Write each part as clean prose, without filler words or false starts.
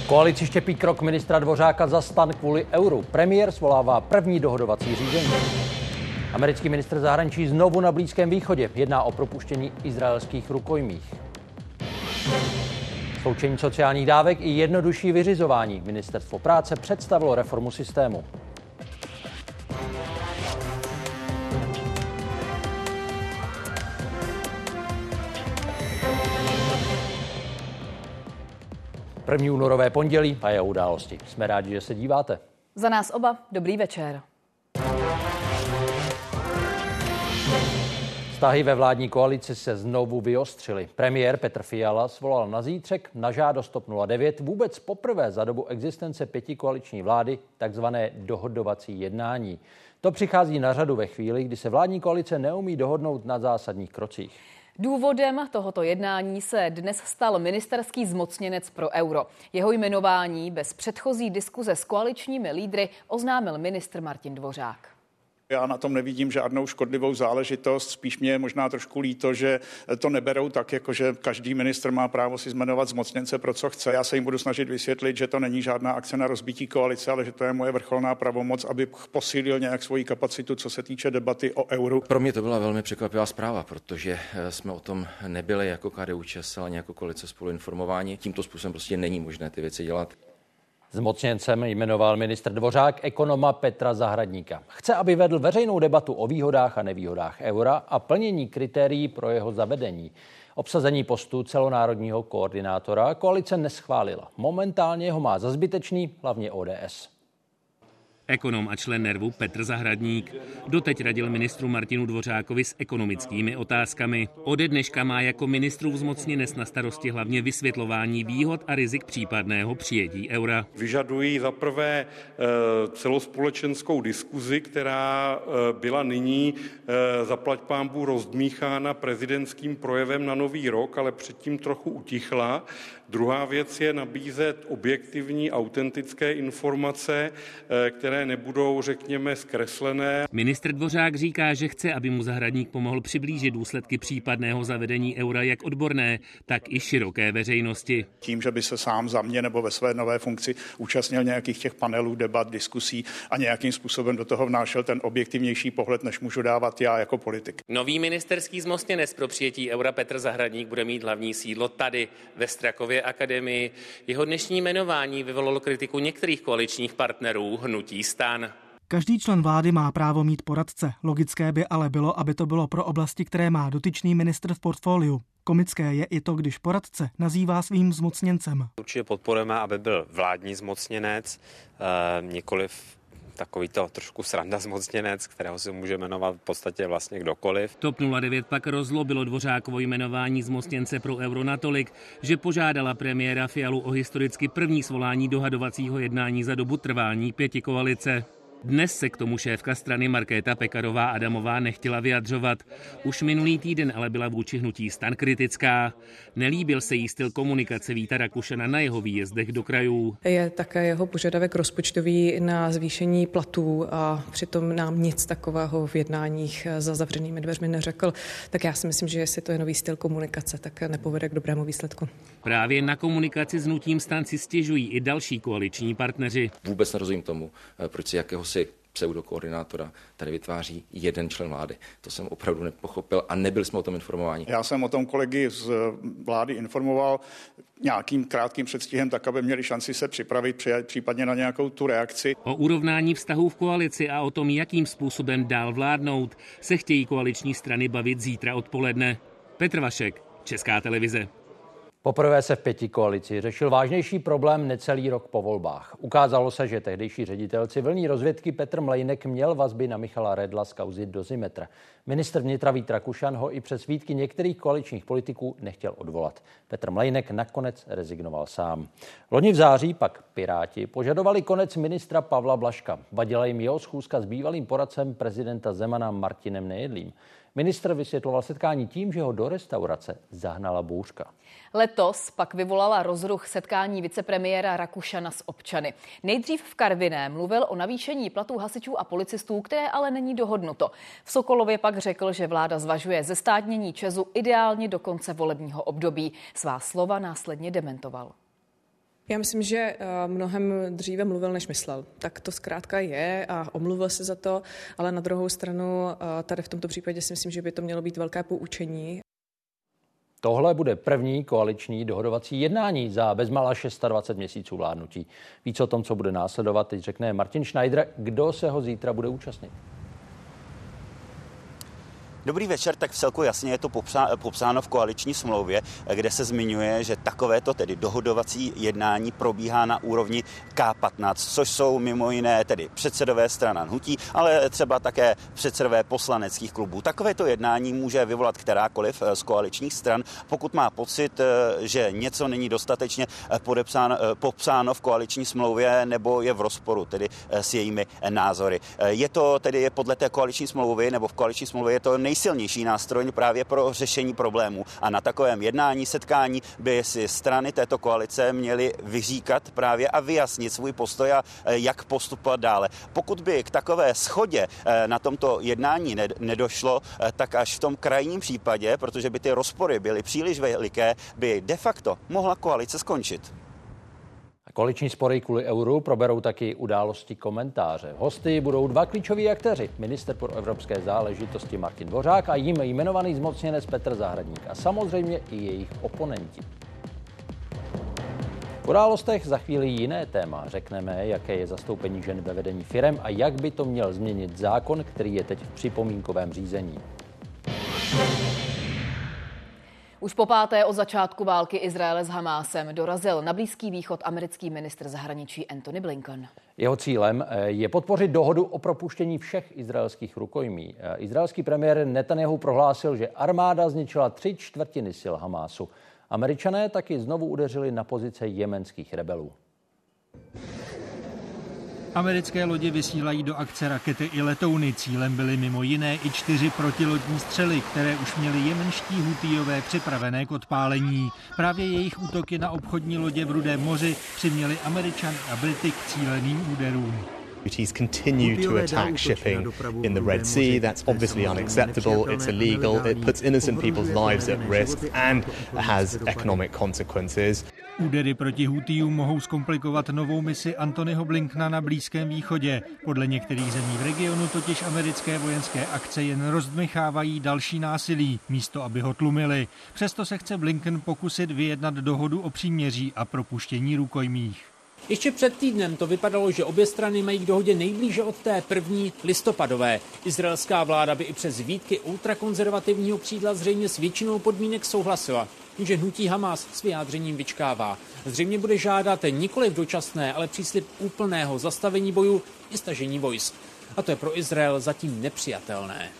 Koalici štěpí krok ministra Dvořáka za stan kvůli euru. Premiér svolává první dohodovací řízení. Americký ministr zahraničí znovu na Blízkém východě. Jedná o propuštění izraelských rukojmích. Sloučení sociálních dávek i jednodušší vyřizování. Ministerstvo práce představilo reformu systému. První únorové pondělí a jeho události. Jsme rádi, že se díváte. Za nás oba dobrý večer. Vztahy ve vládní koalici se znovu vyostřily. Premiér Petr Fiala svolal na zítřek na žádost TOP 09 vůbec poprvé za dobu existence pětikoaliční vlády takzvané dohodovací jednání. To přichází na řadu ve chvíli, kdy se vládní koalice neumí dohodnout na zásadních krocích. Důvodem tohoto jednání se dnes stal ministerský zmocněnec pro euro. Jeho jmenování bez předchozí diskuze s koaličními lídry oznámil ministr Martin Dvořák. Já na tom nevidím žádnou škodlivou záležitost, spíš mě je možná trošku líto, že to neberou tak, jako že každý ministr má právo si jmenovat zmocněnce pro co chce. Já se jim budu snažit vysvětlit, že to není žádná akce na rozbití koalice, ale že to je moje vrcholná pravomoc, aby posílil nějak svoji kapacitu, co se týče debaty o euru. Pro mě to byla velmi překvapivá zpráva, protože jsme o tom nebyli jako KDU-ČSL ani jako koalice spolu informováni. Tímto způsobem prostě není možné ty věci dělat. Zmocněncem jmenoval ministr Dvořák ekonoma Petra Zahradníka. Chce, aby vedl veřejnou debatu o výhodách a nevýhodách eura a plnění kritérií pro jeho zavedení. Obsazení postu celonárodního koordinátora koalice neschválila. Momentálně ho má za zbytečný hlavně ODS. Ekonom a člen NERVu Petr Zahradník doteď radil ministru Martinu Dvořákovi s ekonomickými otázkami. Ode dneška má jako ministrův zmocněnec na starosti hlavně vysvětlování výhod a rizik případného přijetí eura. Vyžadují za prvé celospolečenskou diskuzi, která byla nyní zaplať pánbůh rozdmíchána prezidentským projevem na Nový rok, ale předtím trochu utichla. Druhá věc je nabízet objektivní, autentické informace, které nebudou, řekněme, zkreslené. Ministr Dvořák říká, že chce, aby mu Zahradník pomohl přiblížit důsledky případného zavedení eura jak odborné, tak i široké veřejnosti. Tím, že by se sám za mě nebo ve své nové funkci účastnil nějakých těch panelů, debat, diskusí a nějakým způsobem do toho vnášel ten objektivnější pohled, než můžu dávat já jako politik. Nový ministerský zmocněnec pro přijetí eura Petr Zahradník bude mít hlavní sídlo tady ve Strakově akademii. Jeho dnešní jmenování vyvolalo kritiku některých koaličních partnerů hnutí STAN. Každý člen vlády má právo mít poradce. Logické by ale bylo, aby to bylo pro oblasti, které má dotyčný ministr v portfoliu. Komické je i to, když poradce nazývá svým zmocněncem. Určitě podporujeme, aby byl vládní zmocněnec, nikoliv takový to trošku sranda zmocněnec, kterého si může jmenovat v podstatě vlastně kdokoliv. TOP 09 pak rozlobilo Dvořákovo jmenování zmocněnce pro euro natolik, že požádala premiéra Fialu o historicky první svolání dohadovacího jednání za dobu trvání pětikoalice. Dnes se k tomu šéfka strany Markéta Pekarová Adamová nechtěla vyjadřovat. Už minulý týden ale byla vůči hnutí STAN kritická. Nelíbil se jí styl komunikace Víta Rakušana na jeho výjezdech do krajů. Je také jeho požadavek rozpočtový na zvýšení platů a přitom nám nic takového v jednáních za zavřenými dveřmi neřekl. Tak já si myslím, že jestli to je nový styl komunikace, tak nepovede k dobrému výsledku. Právě na komunikaci s hnutím STAN si stěžují i další koaliční partneři. Vůbec nerozumím tomu, proč si jakéhosi pseudokoordinátora tady vytváří jeden člen vlády. To jsem opravdu nepochopil a nebyli jsme o tom informováni. Já jsem o tom kolegy z vlády informoval nějakým krátkým předstihem, tak aby měli šanci se připravit případně na nějakou tu reakci. O urovnání vztahů v koalici a o tom, jakým způsobem dál vládnout, se chtějí koaliční strany bavit zítra odpoledne. Petr Vašek, Česká televize. Poprvé se v pětikoalici řešil vážnější problém necelý rok po volbách. Ukázalo se, že tehdejší ředitel civilní rozvědky Petr Mlejnek měl vazby na Michala Redla z kauzy Dozimetr. Ministr vnitra Vít Rakušan ho i přes výtky některých koaličních politiků nechtěl odvolat. Petr Mlejnek nakonec rezignoval sám. Loni v září pak Piráti požadovali konec ministra Pavla Blažka. Vadila jim jeho schůzka s bývalým poradcem prezidenta Zemana Martinem Nejedlým. Ministr vysvětloval setkání tím, že ho do restaurace zahnala bouřka. Letos pak vyvolala rozruch setkání vicepremiéra Rakušana s občany. Nejdřív v Karviné mluvil o navýšení platů hasičů a policistů, které ale není dohodnuto. V Sokolově pak řekl, že vláda zvažuje zestátnění ČEZu ideálně do konce volebního období. Svá slova následně dementoval. Já myslím, že mnohem dříve mluvil, než myslel. Tak to zkrátka je a omluvil se za to, ale na druhou stranu tady v tomto případě si myslím, že by to mělo být velké poučení. Tohle bude první koaliční dohodovací jednání za bezmála 26 měsíců vládnutí. Víc o tom, co bude následovat, teď řekne Martin Schneider, kdo se ho zítra bude účastnit. Dobrý večer, tak vcelku jasně je to popsáno v koaliční smlouvě, kde se zmiňuje, že takovéto tedy dohodovací jednání probíhá na úrovni K15, což jsou mimo jiné tedy předsedové stran a hnutí, ale třeba také předsedové poslaneckých klubů. Takovéto jednání může vyvolat kterákoliv z koaličních stran, pokud má pocit, že něco není dostatečně popsáno v koaliční smlouvě nebo je v rozporu tedy s jejími názory. Je to tedy podle té koaliční smlouvy nebo v koaliční smlouvě je to nejsilnější nástroj právě pro řešení problémů. A na takovém jednání, setkání by si strany této koalice měly vyříkat právě a vyjasnit svůj postoj a jak postupovat dále. Pokud by k takové shodě na tomto jednání nedošlo, tak až v tom krajním případě, protože by ty rozpory byly příliš veliké, by de facto mohla koalice skončit. Koaliční spory kvůli euru proberou taky události komentáře. Hosty budou dva klíčoví aktéři. Ministr pro evropské záležitosti Martin Dvořák a jím jmenovaný zmocněnec Petr Zahradník. A samozřejmě i jejich oponenti. V událostech za chvíli jiné téma. Řekneme, jaké je zastoupení žen ve vedení firem a jak by to měl změnit zákon, který je teď v připomínkovém řízení. Už po páté od začátku války Izraele s Hamásem dorazil na Blízký východ americký ministr zahraničí Antony Blinken. Jeho cílem je podpořit dohodu o propuštění všech izraelských rukojmí. Izraelský premiér Netanyahu prohlásil, že armáda zničila 3/4 sil Hamásu. Američané taky znovu udeřili na pozice jemenských rebelů. Americké lodě vysílají do akce rakety i letouny. Cílem byly mimo jiné i 4 protilodní střely, které už měli jemenští Hutijové připravené k odpálení. Právě jejich útoky na obchodní lodě v Rudém moři přiměly Američany a Brity k cíleným úderům. Houthis continue to attack shipping in the Red Sea. That's obviously unacceptable. It's illegal. It puts innocent people's lives at risk and has economic consequences. Údery proti Hutijům mohou zkomplikovat novou misi Antonyho Blinkena na Blízkém východě. Podle některých zemí v regionu totiž americké vojenské akce jen rozdmychávají další násilí, místo aby ho tlumili. Přesto se chce Blinken pokusit vyjednat dohodu o příměří a propuštění rukojmích. Ještě před týdnem to vypadalo, že obě strany mají k dohodě nejblíže od té první listopadové. Izraelská vláda by i přes výtky ultrakonzervativního křídla zřejmě s většinou podmínek souhlasila. Jenže hnutí Hamás s vyjádřením vyčkává. Zřejmě bude žádat nikoliv dočasné, ale příslib úplného zastavení bojů i stažení vojsk. A to je pro Izrael zatím nepřijatelné.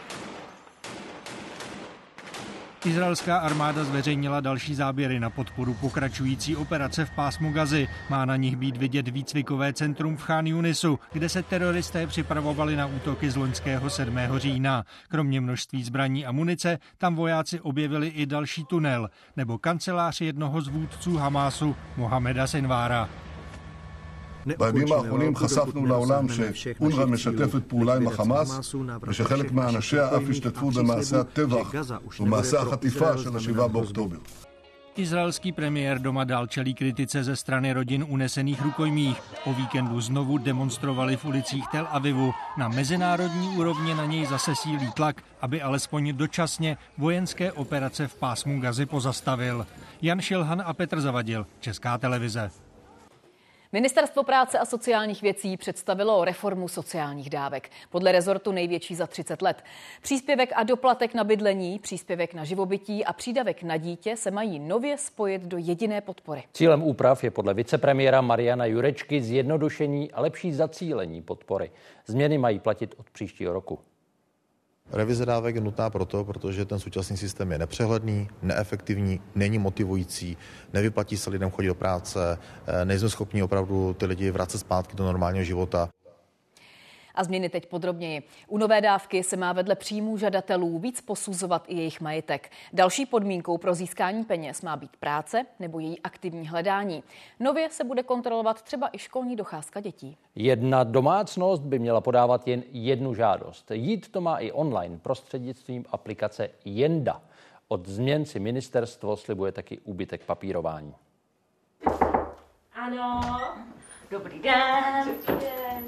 Izraelská armáda zveřejnila další záběry na podporu pokračující operace v pásmu Gazy. Má na nich být vidět výcvikové centrum v Chán Junisu, kde se teroristé připravovali na útoky z loňského 7. října. Kromě množství zbraní a munice tam vojáci objevili i další tunel nebo kancelář jednoho z vůdců Hamásu, Mohameda Sinvára. בימים האחרונים חשפנו לעולם שאונר"א משתפת פעולה עם החמאס ושחלק מאנשיה אף השתתפו במעשה הטבח ומעשה החטיפה של 7 באוקטובר. Izraelský premiér doma dál čelí kritice ze strany rodin unesených rukojmích. O víkendu znovu demonstrovali v ulicích Tel Avivu. Na mezinárodní úrovni na něj zase sílí tlak, aby alespoň dočasně vojenské operace v pásmu Gazy pozastavil. Jan Šilhan a Petr Zavadil, Česká televize. Ministerstvo práce a sociálních věcí představilo reformu sociálních dávek. Podle rezortu největší za 30 let. Příspěvek a doplatek na bydlení, příspěvek na živobytí a přídavek na dítě se mají nově spojit do jediné podpory. Cílem úprav je podle vicepremiéra Mariana Jurečky zjednodušení a lepší zacílení podpory. Změny mají platit od příštího roku. Revize dávek je nutná protože ten současný systém je nepřehledný, neefektivní, není motivující, nevyplatí se lidem chodit do práce, nejsme schopni opravdu ty lidi vracet zpátky do normálního života. A změny teď podrobněji. U nové dávky se má vedle příjmů žadatelů víc posuzovat i jejich majetek. Další podmínkou pro získání peněz má být práce nebo její aktivní hledání. Nově se bude kontrolovat třeba i školní docházka dětí. Jedna domácnost by měla podávat jen jednu žádost. Jít to má i online prostřednictvím aplikace Jenda. Od změn si ministerstvo slibuje taky úbytek papírování. ráno. Dobrý den. Dobrý den.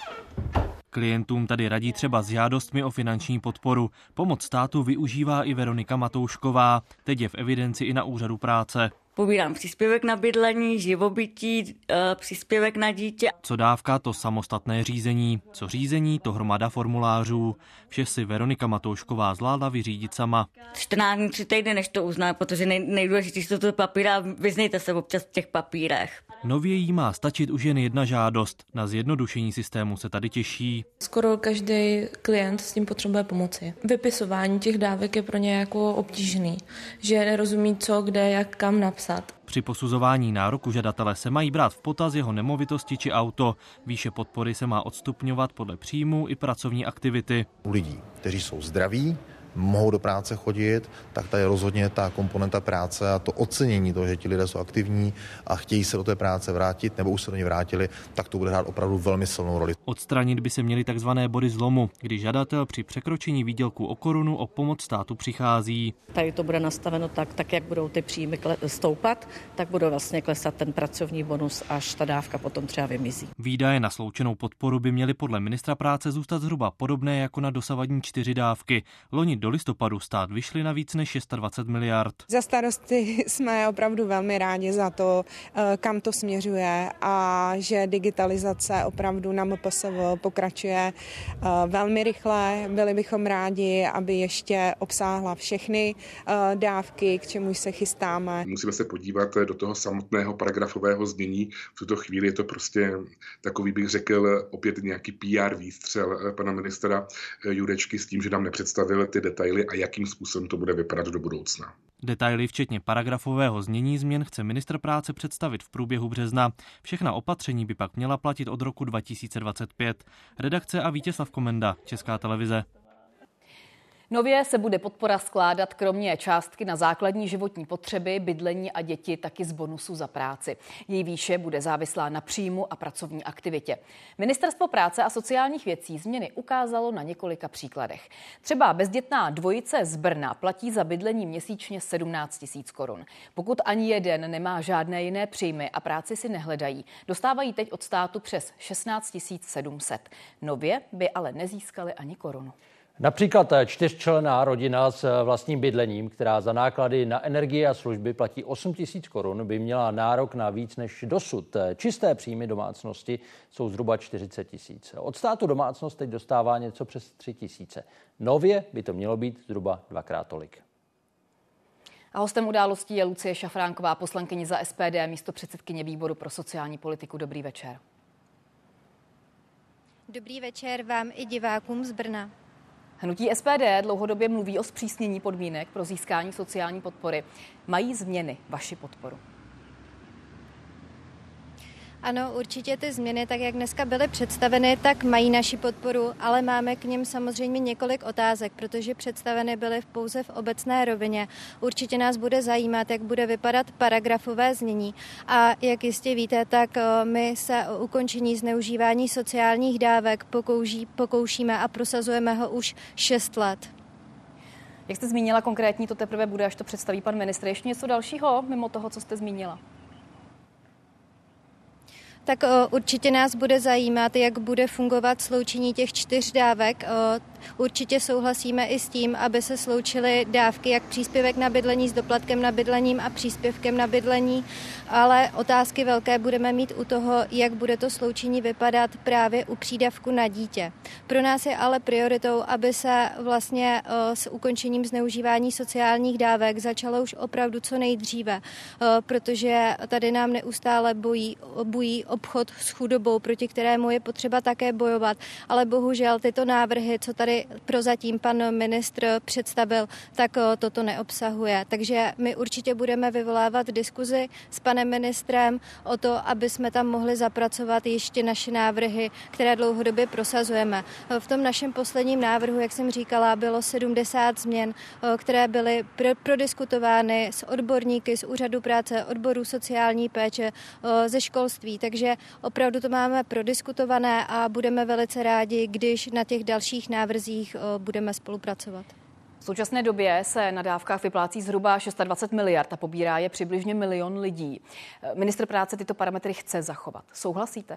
Klientům tady radí třeba s žádostmi o finanční podporu. Pomoc státu využívá i Veronika Matoušková. Teď je v evidenci i na úřadu práce. Pobírám příspěvek na bydlení, živobytí, příspěvek na dítě. Co dávka, to samostatné řízení. Co řízení, to hromada formulářů. Vše si Veronika Matoušková zvládla vyřídit sama. 14 dní, 3 týdny, než to uzná, protože nejdůležitější jsou to papíry a vyznejte se občas v těch papírech. Nově jí má stačit už jen jedna žádost. Na zjednodušení systému se tady těší. Skoro každý klient s tím potřebuje pomoci. Vypisování těch dávek je pro ně jako obtížný, že nerozumí co, kde, jak, kam napsat. Při posuzování nároku žadatele se mají brát v potaz jeho nemovitosti či auto. Výše podpory se má odstupňovat podle příjmu i pracovní aktivity. U lidí, kteří jsou zdraví, mohou do práce chodit, tak tady rozhodně ta komponenta práce a to ocenění toho, že ti lidé jsou aktivní a chtějí se do té práce vrátit nebo už se do ní vrátili, tak to bude hrát opravdu velmi silnou roli. Odstranit by se měly takzvané body zlomu, kdy žadatel při překročení výdělku o korunu o pomoc státu přichází. Tady to bude nastaveno tak jak budou ty příjmy stoupat, tak bude vlastně klesat ten pracovní bonus, až ta dávka potom třeba vymizí. Výdaje na sloučenou podporu by měly podle ministra práce zůstat zhruba podobné jako na dosavadní 4 dávky. Loni do listopadu stát vyšly na víc než 26 miliard. Za Starosty jsme opravdu velmi rádi za to, kam to směřuje a že digitalizace opravdu na MPSV pokračuje velmi rychle. Byli bychom rádi, aby ještě obsáhla všechny dávky, k čemu se chystáme. Musíme se podívat do toho samotného paragrafového znění. V tuto chvíli je to prostě takový, bych řekl, opět nějaký PR výstřel pana ministra Jurečky s tím, že nám nepředstavil ty detaily a jakým způsobem to bude vypadat do budoucna. Detaily včetně paragrafového znění změn chce ministr práce představit v průběhu března. Všechna opatření by pak měla platit od roku 2025. Redakce a Vítězslav Komenda, Česká televize. Nově se bude podpora skládat kromě částky na základní životní potřeby, bydlení a děti taky z bonusu za práci. Její výše bude závislá na příjmu a pracovní aktivitě. Ministerstvo práce a sociálních věcí změny ukázalo na několika příkladech. Třeba bezdětná dvojice z Brna platí za bydlení měsíčně 17 000 korun. Pokud ani jeden nemá žádné jiné příjmy a práci si nehledají, dostávají teď od státu přes 16 700. Nově by ale nezískali ani korunu. Například 4členná rodina s vlastním bydlením, která za náklady na energie a služby platí 8 000 korun, by měla nárok na víc než dosud. Čisté příjmy domácnosti jsou zhruba 40 000. Od státu domácnost teď dostává něco přes 3 000. Nově by to mělo být zhruba 2x tolik. A hostem událostí je Lucie Šafránková, poslankyně za SPD, místopředsedkyně výboru pro sociální politiku. Dobrý večer. Dobrý večer vám i divákům z Brna. Hnutí SPD dlouhodobě mluví o zpřísnění podmínek pro získání sociální podpory. Mají změny vaši podporu? Ano, určitě ty změny, tak jak dneska byly představeny, tak mají naši podporu, ale máme k nim samozřejmě několik otázek, protože představeny byly pouze v obecné rovině. Určitě nás bude zajímat, jak bude vypadat paragrafové znění. A jak jistě víte, tak my se o ukončení zneužívání sociálních dávek pokoušíme a prosazujeme ho už 6 let. Jak jste zmínila konkrétní, to teprve bude, až to představí pan ministr. Ještě něco dalšího mimo toho, co jste zmínila? Tak určitě nás bude zajímat, jak bude fungovat sloučení těch 4 dávek. Určitě souhlasíme i s tím, aby se sloučily dávky, jak příspěvek na bydlení s doplatkem na bydlením a příspěvkem na bydlení, ale otázky velké budeme mít u toho, jak bude to sloučení vypadat právě u přídavku na dítě. Pro nás je ale prioritou, aby se vlastně s ukončením zneužívání sociálních dávek začalo už opravdu co nejdříve, protože tady nám neustále bují obchod s chudobou, proti kterému je potřeba také bojovat, ale bohužel tyto návrhy, co tady prozatím pan ministr představil, tak toto neobsahuje. Takže my určitě budeme vyvolávat diskuzi s panem ministrem o to, aby jsme tam mohli zapracovat ještě naše návrhy, které dlouhodobě prosazujeme. V tom našem posledním návrhu, jak jsem říkala, bylo 70 změn, které byly prodiskutovány s odborníky z úřadu práce, odboru sociální péče, ze školství. Takže opravdu to máme prodiskutované a budeme velice rádi, když na těch dalších návrzích budeme spolupracovat. V současné době se na dávkách vyplácí zhruba 26 miliard a pobírá je přibližně 1 milion lidí. Ministr práce tyto parametry chce zachovat. Souhlasíte?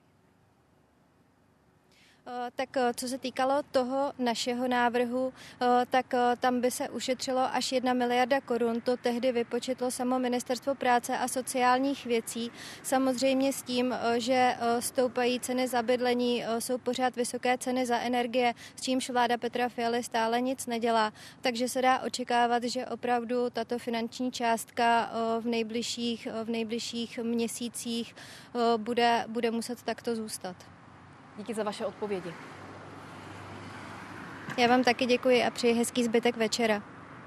Tak co se týkalo toho našeho návrhu, tak tam by se ušetřilo až 1 miliarda korun. To tehdy vypočetlo samo Ministerstvo práce a sociálních věcí. Samozřejmě s tím, že stoupají ceny za bydlení, jsou pořád vysoké ceny za energie, s čímž vláda Petra Fialy stále nic nedělá. Takže se dá očekávat, že opravdu tato finanční částka v nejbližších měsících bude muset takto zůstat. Díky za vaše odpovědi. Já vám taky děkuji a přeji hezký zbytek večera.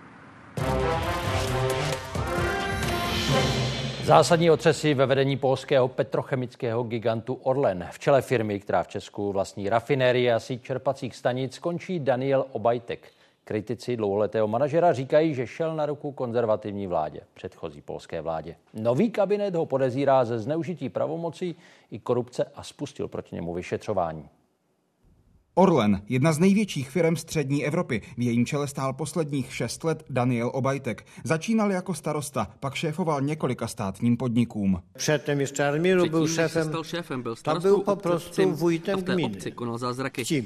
Zásadní otřesy ve vedení polského petrochemického gigantu Orlen. V čele firmy, která v Česku vlastní rafinérie a síť čerpacích stanic, končí Daniel Obajtek. Kritici dlouholetého manažera říkají, že šel na ruku konzervativní vládě, předchozí polské vládě. Nový kabinet ho podezírá ze zneužití pravomocí i korupce a spustil proti němu vyšetřování. Orlen, jedna z největších firem střední Evropy, v jejím čele stál posledních 6 let Daniel Obajtek. Začínal jako starosta, pak šéfoval několika státním podnikům. Předtím ještě Armíru byl šéfem, tak byl po prostu vůjtem gminy. Konal zázraky.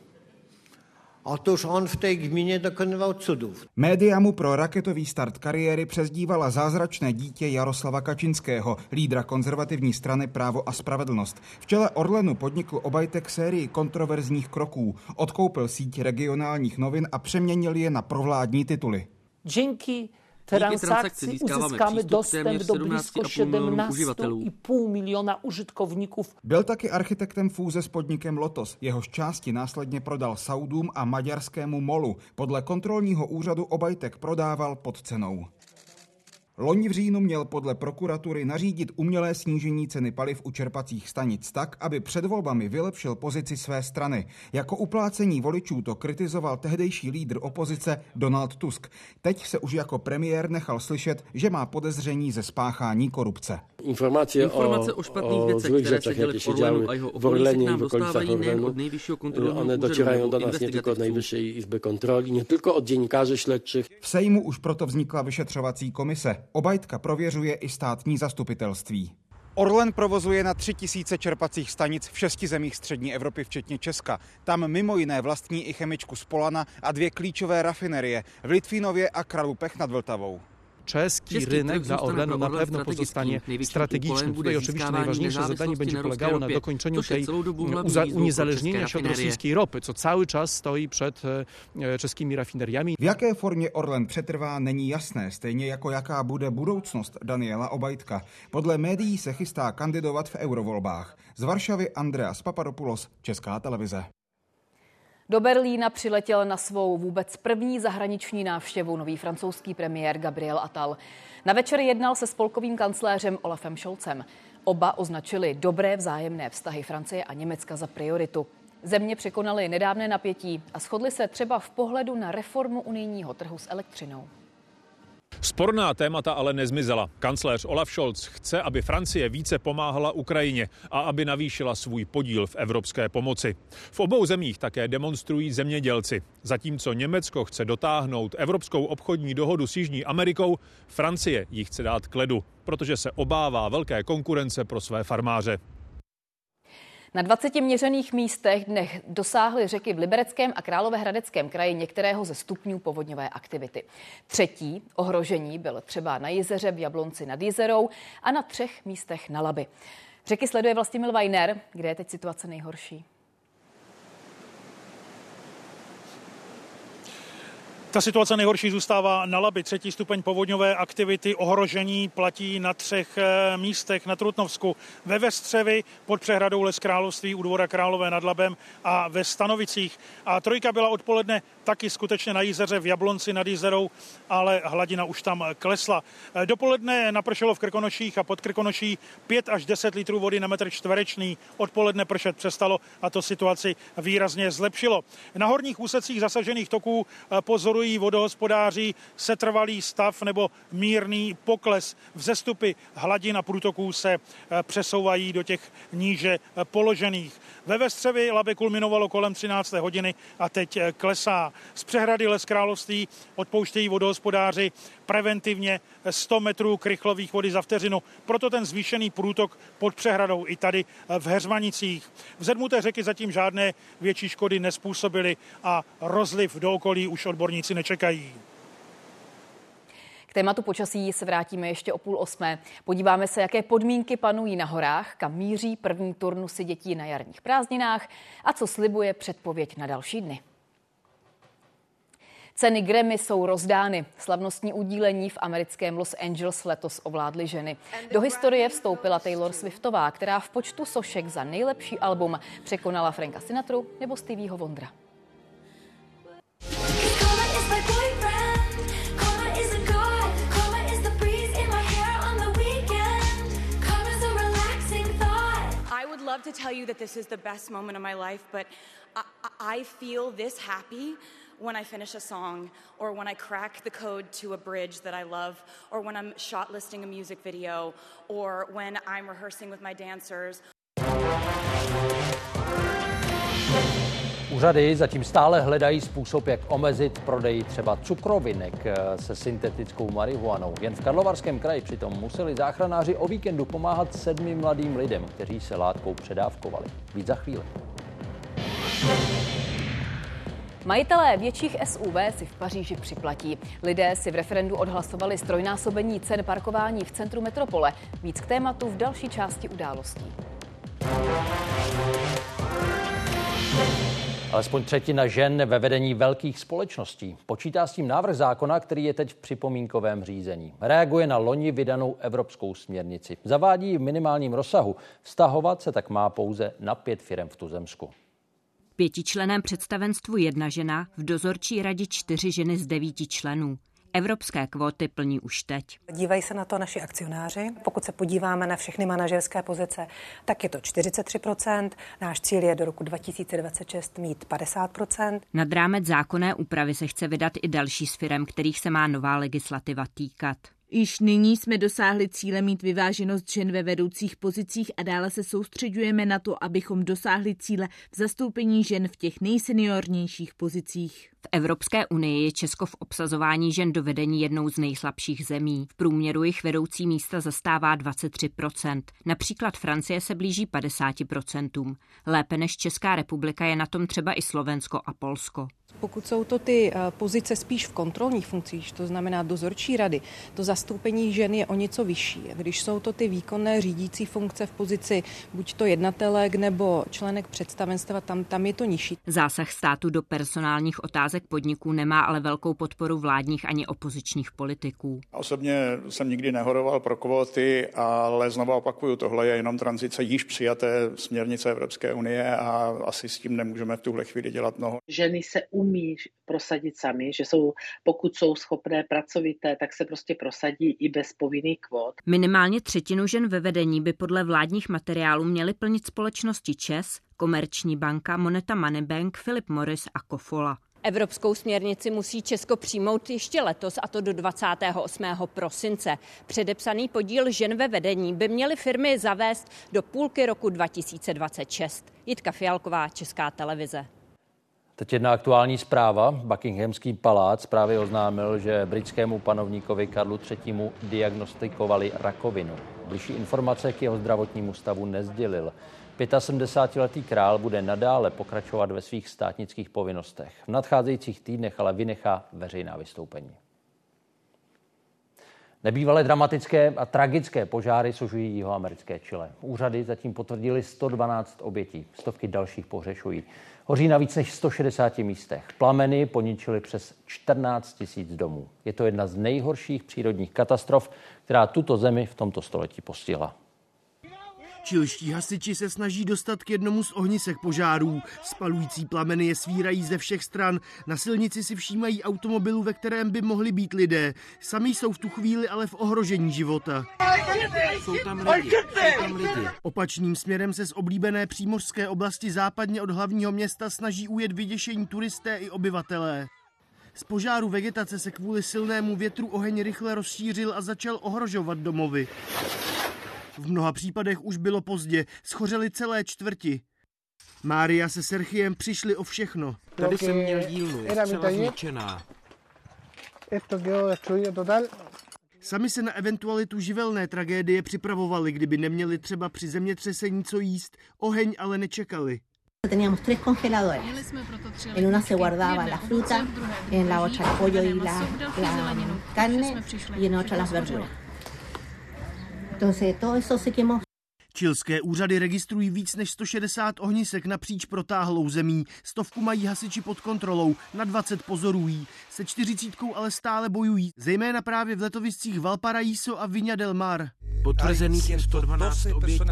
Otóż on v té gmině dokonyval cudů. Média mu pro raketový start kariéry přezdívala zázračné dítě Jaroslava Kačinského, lídra konzervativní strany Právo a spravedlnost. V čele Orlenu podnikl Obajtek sérii kontroverzních kroků. Odkoupil síť regionálních novin a přeměnil je na provládní tituly. Díky transakci uzyskamy dostęp do blisko 17,5 miliona użytkowników. Byl taky architektem fúze s podnikem Lotos. Jehož části následně prodal Saudům a maďarskému MOLu. Podle kontrolního úřadu Obajtek prodával pod cenou. Loni v říjnu měl podle prokuratury nařídit umělé snížení ceny paliv u čerpacích stanic tak, aby před volbami vylepšil pozici své strany. Jako uplácení voličů to kritizoval tehdejší lídr opozice Donald Tusk. Teď se už jako premiér nechal slyšet, že má podezření ze spáchání korupce. Informace o špatných věcech, které se děly v Orlenu a jeho okolí, se k nám dostávají nejen od nejvyššího kontrolního úřadu do nás nie tylko od Najwyższej Izby Kontroli, nie tylko od dziennikarzy śledczych. V Sejmu už proto vznikla vyšetřovací komise. Obajtka prověřuje i státní zastupitelství. Orlen provozuje na 3000 čerpacích stanic v 6 zemích střední Evropy, včetně Česka. Tam mimo jiné vlastní i chemičku z Polana a 2 klíčové rafinerie v Litvínově a Kralupech nad Vltavou. Czeski rynek dla Orlenu na pewno pozostanie strategicznym. Tutaj oczywiście najważniejsze zadanie będzie polegało na dokończeniu tej uniezależnienia się od rosyjskiej ropy, co cały czas stoi przed czeskimi rafineriami. V jaké formě Orlen přetrvá, není jasné, stejně jako jaká bude budoucnost Daniela Obajtka. Podle médií se chystá kandidovat v eurovolbách. Z Varšavy Andreas Papadopoulos, Česká televize. Do Berlína přiletěl na svou vůbec první zahraniční návštěvu nový francouzský premiér Gabriel Attal. Na večer jednal se spolkovým kancléřem Olafem Scholzem. Oba označili dobré vzájemné vztahy Francie a Německa za prioritu. Země překonaly nedávné napětí a shodly se třeba v pohledu na reformu unijního trhu s elektřinou. Sporná témata ale nezmizela. Kancléř Olaf Scholz chce, aby Francie více pomáhala Ukrajině a aby navýšila svůj podíl v evropské pomoci. V obou zemích také demonstrují zemědělci. Zatímco Německo chce dotáhnout evropskou obchodní dohodu s Jižní Amerikou, Francie ji chce dát k ledu, protože se obává velké konkurence pro své farmáře. Na 20 měřených místech dnech dosáhly řeky v Libereckém a Královéhradeckém kraji některého ze stupňů povodňové aktivity. Třetí ohrožení byl třeba na jezeře v Jablonci nad Jizerou a na 3 místech na Labi. Řeky sleduje Vlastimil Vajner, kde je teď situace nejhorší. Ta situace nejhorší zůstává na Labi. 3. stupeň povodňové aktivity, ohrožení platí na 3 místech na Trutnovsku. Ve Vestřevi, pod přehradou Les Království, u Dvora Králové nad Labem a ve Stanovicích. A 3 byla odpoledne taky skutečně na Jizeře v Jablonci nad Jizerou, ale hladina už tam klesla. Dopoledne napršelo v Krkonoších a pod Krkonoší 5 až 10 litrů vody na metr čtvereční. Odpoledne pršet přestalo a to situaci výrazně zlepšilo. Na horních úsecích zasažených toků pozorují sledují vodohospodáři setrvalý stav nebo mírný pokles. Vzestupy hladin a průtoků se přesouvají do těch níže položených. Ve Vestřevi Labe kulminovalo kolem 13. hodiny a teď klesá. Z přehrady Les Království odpouštějí vodohospodáři preventivně 100 metrů krychlových vody za vteřinu. Proto ten zvýšený průtok pod přehradou i tady v Heřmanicích. Vzedmuté řeky zatím žádné větší škody nezpůsobily a rozliv do okolí už odborníci nečekají. K tématu počasí se vrátíme ještě o 7:30. Podíváme se, jaké podmínky panují na horách, kam míří první turnusy dětí na jarních prázdninách a co slibuje předpověď na další dny. Ceny Grammy jsou rozdány. Slavnostní udílení v americkém Los Angeles letos ovládly ženy. Do historie vstoupila Taylor Swiftová, která v počtu sošek za nejlepší album překonala Franka Sinatru nebo Stevieho Wondera. Love to tell you that this is the best moment of my life, but I feel this happy when I finish a song or when I crack the code to a bridge that I love or when I'm shortlisting a music video or when I'm rehearsing with my dancers. Úřady zatím stále hledají způsob, jak omezit prodej třeba cukrovinek se syntetickou marihuanou. Jen v Karlovarském kraji přitom museli záchranáři o víkendu pomáhat 7 mladým lidem, kteří se látkou předávkovali. Víc za chvíli. Majitelé větších SUV si v Paříži připlatí. Lidé si v referendu odhlasovali ztrojnásobení cen parkování v centru metropole. Víc k tématu v další části událostí. Alespoň třetina žen ve vedení velkých společností. Počítá s tím návrh zákona, který je teď v připomínkovém řízení. Reaguje na loni vydanou evropskou směrnici. Zavádí ji v minimálním rozsahu. Vztahovat se tak má pouze na 5 firem v tuzemsku. V 5členném představenstvu 1 žena, v dozorčí radě 4 ženy z 9 členů. Evropské kvóty plní už teď. Dívají se na to naši akcionáři. Pokud se podíváme na všechny manažerské pozice, tak je to 43%. Náš cíl je do roku 2026 mít 50%. Nad rámec zákonné úpravy se chce vydat i další z firem, kterých se má nová legislativa týkat. Již nyní jsme dosáhli cíle mít vyváženost žen ve vedoucích pozicích a dále se soustředujeme na to, abychom dosáhli cíle v zastoupení žen v těch nejseniornějších pozicích. V Evropské unii je Česko v obsazování žen do vedení jednou z nejslabších zemí. V průměru jich vedoucí místa zastává 23%. Například Francie se blíží 50%. Lépe než Česká republika je na tom třeba i Slovensko a Polsko. Pokud jsou to ty pozice spíš v kontrolních funkcích, to znamená dozorčí rady, to zastoupení žen je o něco vyšší. Když jsou to ty výkonné řídící funkce v pozici buď to jednatelek nebo členek představenstva, tam je to nižší. Zásah státu do personálních otázek podniků nemá ale velkou podporu vládních ani opozičních politiků. Osobně jsem nikdy nehoroval pro kvóty, ale znovu opakuju, tohle je jenom tranzice již přijaté směrnice Evropské unie a asi s tím nemůžeme v tuhle chvíli dělat mnoho. Ženy se umí prosadit sami, že pokud jsou schopné, pracovité, tak se prostě prosadí i bez povinných kvót. Minimálně 1/3 žen ve vedení by podle vládních materiálů měly plnit společnosti ČEZ, Komerční banka, Moneta Money Bank, Philip Morris a Kofola. Evropskou směrnici musí Česko přijmout ještě letos, a to do 28. prosince. Předepsaný podíl žen ve vedení by měly firmy zavést do půlky roku 2026. Jitka Fialková, Česká televize. Teď jedna aktuální zpráva. Buckinghamský palác právě oznámil, že britskému panovníkovi Karlu III. Diagnostikovali rakovinu. Bližší informace k jeho zdravotnímu stavu nesdělil. 75letý král bude nadále pokračovat ve svých státnických povinnostech. V nadcházejících týdnech ale vynechá veřejná vystoupení. Nebývalé dramatické a tragické požáry sužují jihoamerické Chile. Úřady zatím potvrdili 112 obětí, stovky dalších pohřešují. Hoří na víc než 160 místech. Plameny poničily přes 14 000 domů. Je to jedna z nejhorších přírodních katastrof, která tuto zemi v tomto století postihla. Chilští hasiči se snaží dostat k jednomu z ohnisek požárů. Spalující plameny je svírají ze všech stran. Na silnici si všímají automobilu, ve kterém by mohli být lidé. Sami jsou v tu chvíli ale v ohrožení života. Jsou tam lidi. Opačným směrem se z oblíbené přímořské oblasti západně od hlavního města snaží ujet vyděšení turisté i obyvatelé. Z požáru vegetace se kvůli silnému větru oheň rychle rozšířil a začal ohrožovat domovy. V mnoha případech už bylo pozdě, schořely celé čtvrti. Mária se Serchiem přišli o všechno. Tady jsem měl dílnu, zcela zničená. Sami se na eventualitu živelné tragédie připravovali, kdyby neměli třeba při zemětřesení co jíst, oheň ale nečekali. Teníamos 3 congeladores. En una se guardaba la fruta, en la otra el pollo y la carne y en otra las verduras. Entonces todo eso se quemó. Chilské úřady registrují víc než 160 ohnisek napříč protáhlou zemí. 100 mají hasiči pod kontrolou, na 20 pozorují. Se 40 ale stále bojují, zejména právě v letoviscích Valparaíso a Viña del Mar. Potvrzených je 112 obětí.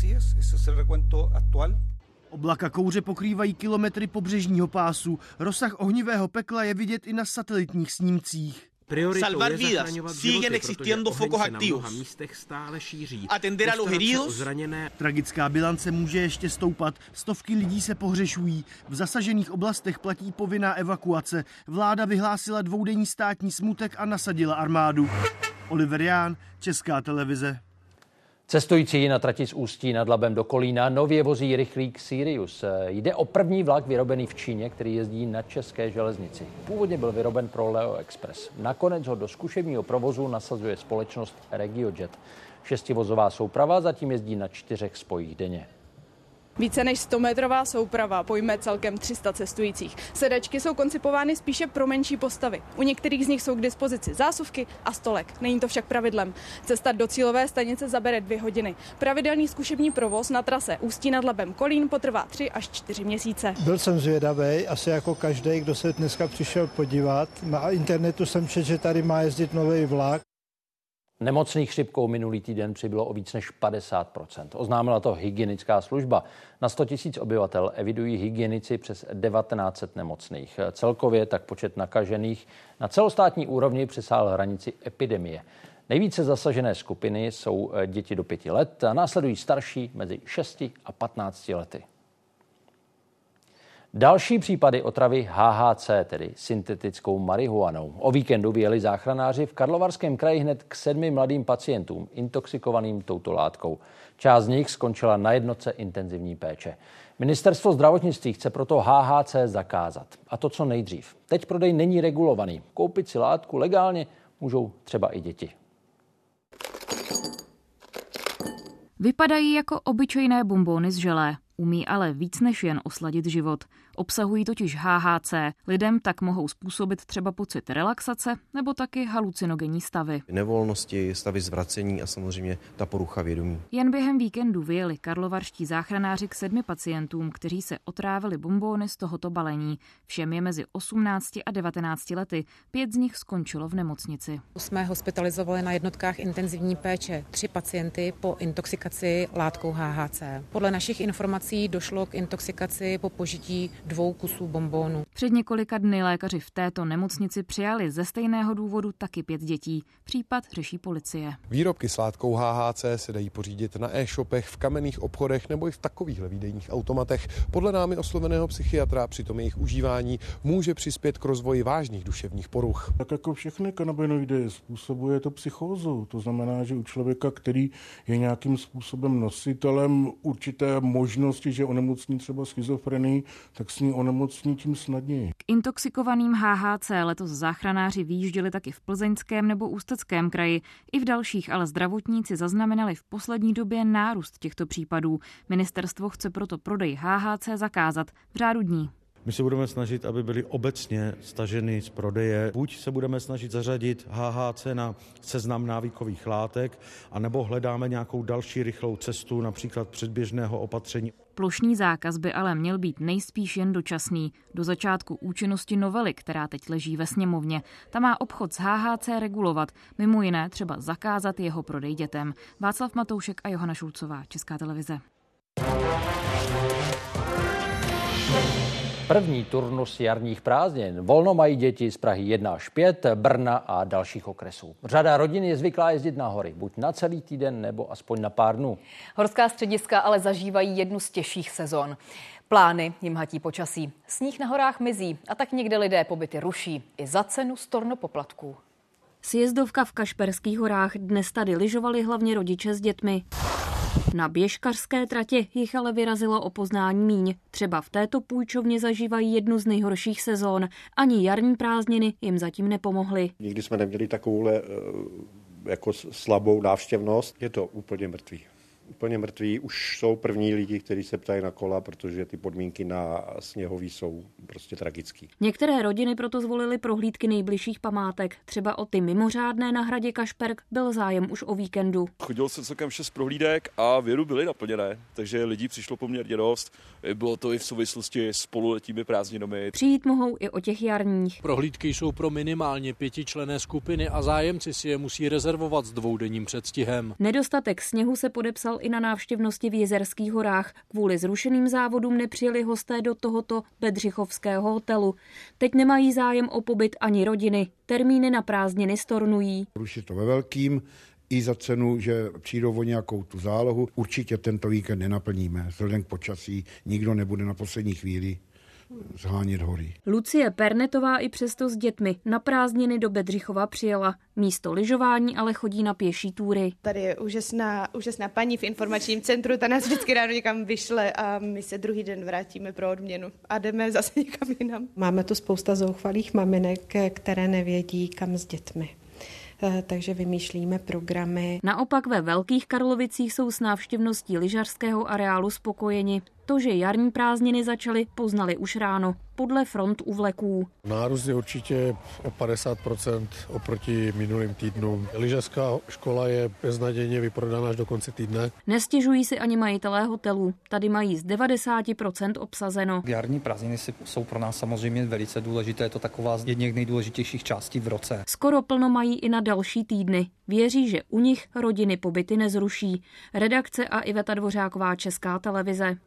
Oblaka kouře pokrývají kilometry pobřežního pásu. Rozsah ohnivého pekla je vidět i na satelitních snímcích. Salvar vidas, siguen existiendo focos activos. Atender a los heridos. Tragická bilance může ještě stoupat, stovky lidí se pohřešují. V zasažených oblastech platí povinná evakuace. Vláda vyhlásila 2denní státní smutek a nasadila armádu. Oliver Ján, Česká televize. Cestující na trati z Ústí nad Labem do Kolína nově vozí rychlík Sirius. Jde o první vlak vyrobený v Číně, který jezdí na české železnici. Původně byl vyroben pro Leo Express. Nakonec ho do zkušebního provozu nasazuje společnost RegioJet. 6vozová souprava zatím jezdí na 4 spojích denně. Více než 100metrová souprava pojme celkem 300 cestujících. Sedačky jsou koncipovány spíše pro menší postavy. U některých z nich jsou k dispozici zásuvky a stolek. Není to však pravidlem. Cesta do cílové stanice zabere 2 hodiny. Pravidelný zkušební provoz na trase Ústí nad Labem Kolín potrvá 3 až 4 měsíce. Byl jsem zvědavý, asi jako každý, kdo se dneska přišel podívat. Na internetu jsem četl, že tady má jezdit nový vlak. Nemocných chřipkou minulý týden přibylo o víc než 50%. Oznámila to hygienická služba. Na 100 000 obyvatel evidují hygienici přes 1900 nemocných. Celkově tak počet nakažených na celostátní úrovni přesáhl hranici epidemie. Nejvíce zasažené skupiny jsou děti do 5 let a následují starší mezi 6 a 15 lety. Další případy otravy HHC, tedy syntetickou marihuanou. O víkendu vyjeli záchranáři v Karlovarském kraji hned k 7 mladým pacientům intoxikovaným touto látkou. Část z nich skončila na jednotce intenzivní péče. Ministerstvo zdravotnictví chce proto HHC zakázat. A to co nejdřív. Teď prodej není regulovaný. Koupit si látku legálně můžou třeba i děti. Vypadají jako obyčejné bonbóny z želé. Umí ale víc než jen osladit život. Obsahují totiž HHC. Lidem tak mohou způsobit třeba pocit relaxace nebo taky halucinogenní stavy. Nevolnosti, stavy zvracení a samozřejmě ta porucha vědomí. Jen během víkendu vyjeli karlovarští záchranáři k 7 pacientům, kteří se otrávili bonbóny z tohoto balení. Všem je mezi 18 a 19 lety. 5 z nich skončilo v nemocnici. Jsme hospitalizovali na jednotkách intenzivní péče 3 pacienty po intoxikaci látkou HHC. Podle našich informací došlo k intoxikaci po požití 2 kusů bonbónu. Před několika dny lékaři v této nemocnici přijali ze stejného důvodu taky 5 dětí. Případ řeší policie. Výrobky s látkou HHC se dají pořídit na e-shopech, v kamenných obchodech nebo i v takovýchhle výdejních automatech. Podle námi osloveného psychiatra přitom jejich užívání může přispět k rozvoji vážných duševních poruch. Tak jako všechny kanabinoidy způsobuje to psychózu. To znamená, že u člověka, který je nějakým způsobem nositelem určité možnosti, že onemocní třeba schizofrenii, tak s ní onemocní tím snadněji. K intoxikovaným HHC letos záchranáři vyjížděli taky v Plzeňském nebo Ústeckém kraji. I v dalších ale zdravotníci zaznamenali v poslední době nárůst těchto případů. Ministerstvo chce proto prodej HHC zakázat v řádu dní. My se budeme snažit, aby byly obecně staženy z prodeje. Buď se budeme snažit zařadit HHC na seznam návykových látek, anebo hledáme nějakou další rychlou cestu, například předběžného opatření. Plošný zákaz by ale měl být nejspíš jen dočasný. Do začátku účinnosti novely, která teď leží ve sněmovně, ta má obchod s HHC regulovat, mimo jiné třeba zakázat jeho prodej dětem. Václav Matoušek a Johana Šulcová, Česká televize. První turnus jarních prázdnin. Volno mají děti z Prahy 1 až 5, Brna a dalších okresů. Řada rodin je zvyklá jezdit na hory, buď na celý týden, nebo aspoň na pár dnů. Horská střediska ale zažívají jednu z těžších sezon. Plány jim hatí počasí. Sníh na horách mizí a tak někde lidé pobyty ruší. I za cenu stornopoplatků. Sjezdovka v Kašperských horách. Dnes tady lyžovali hlavně rodiče s dětmi. Na běžkařské tratě jich ale vyrazilo o poznání míň. Třeba v této půjčovně zažívají jednu z nejhorších sezón. Ani jarní prázdniny jim zatím nepomohly. Nikdy jsme neměli takovouhle jako slabou návštěvnost. Je to úplně mrtvý. Úplně mrtví. Už jsou první lidi, kteří se ptají na kola, protože ty podmínky na sněhový jsou prostě tragický. Některé rodiny proto zvolily prohlídky nejbližších památek. Třeba o ty mimořádné na hradě Kašperk byl zájem už o víkendu. Chodilo se celkem 6 prohlídek a věru byly naplněné, takže lidí přišlo poměrně dost. Bylo to i v souvislosti s pololetními prázdninami. Přijít mohou i o těch jarních. Prohlídky jsou pro minimálně 5členné skupiny a zájemci si je musí rezervovat s dvoudenním předstihem. Nedostatek sněhu se podepsal i na návštěvnosti v Jizerských horách. Kvůli zrušeným závodům nepřijeli hosté do tohoto bedřichovského hotelu. Teď nemají zájem o pobyt ani rodiny. Termíny na prázdniny stornují. Už je to ve velkým, i za cenu, že přijdou o nějakou tu zálohu. Určitě tento víkend nenaplníme. Vzhledem k počasí nikdo nebude na poslední chvíli zhánět hory. Lucie Pernetová i přesto s dětmi na prázdniny do Bedřichova přijela. Místo lyžování ale chodí na pěší túry. Tady je úžasná paní v informačním centru, ta nás vždycky ráno někam vyšle a my se druhý den vrátíme pro odměnu a jdeme zase někam jinam. Máme tu spousta zoufalých maminek, které nevědí, kam s dětmi. Takže vymýšlíme programy. Naopak ve Velkých Karlovicích jsou s návštěvností lyžařského areálu spokojeni. To, že jarní prázdniny začaly, poznali už ráno, podle front u vleků. Nárůst je určitě o 50% oproti minulým týdnům. Lyžařská škola je beznadějně vyprodaná až do konce týdne. Nestěžují si ani majitelé hotelů. Tady mají z 90% obsazeno. Jarní prázdniny jsou pro nás samozřejmě velice důležité. Je to taková z jedných nejdůležitějších částí v roce. Skoro plno mají i na další týdny. Věří, že u nich rodiny pobyty nezruší. Redakce a Iveta Dvořáková, Česká televize.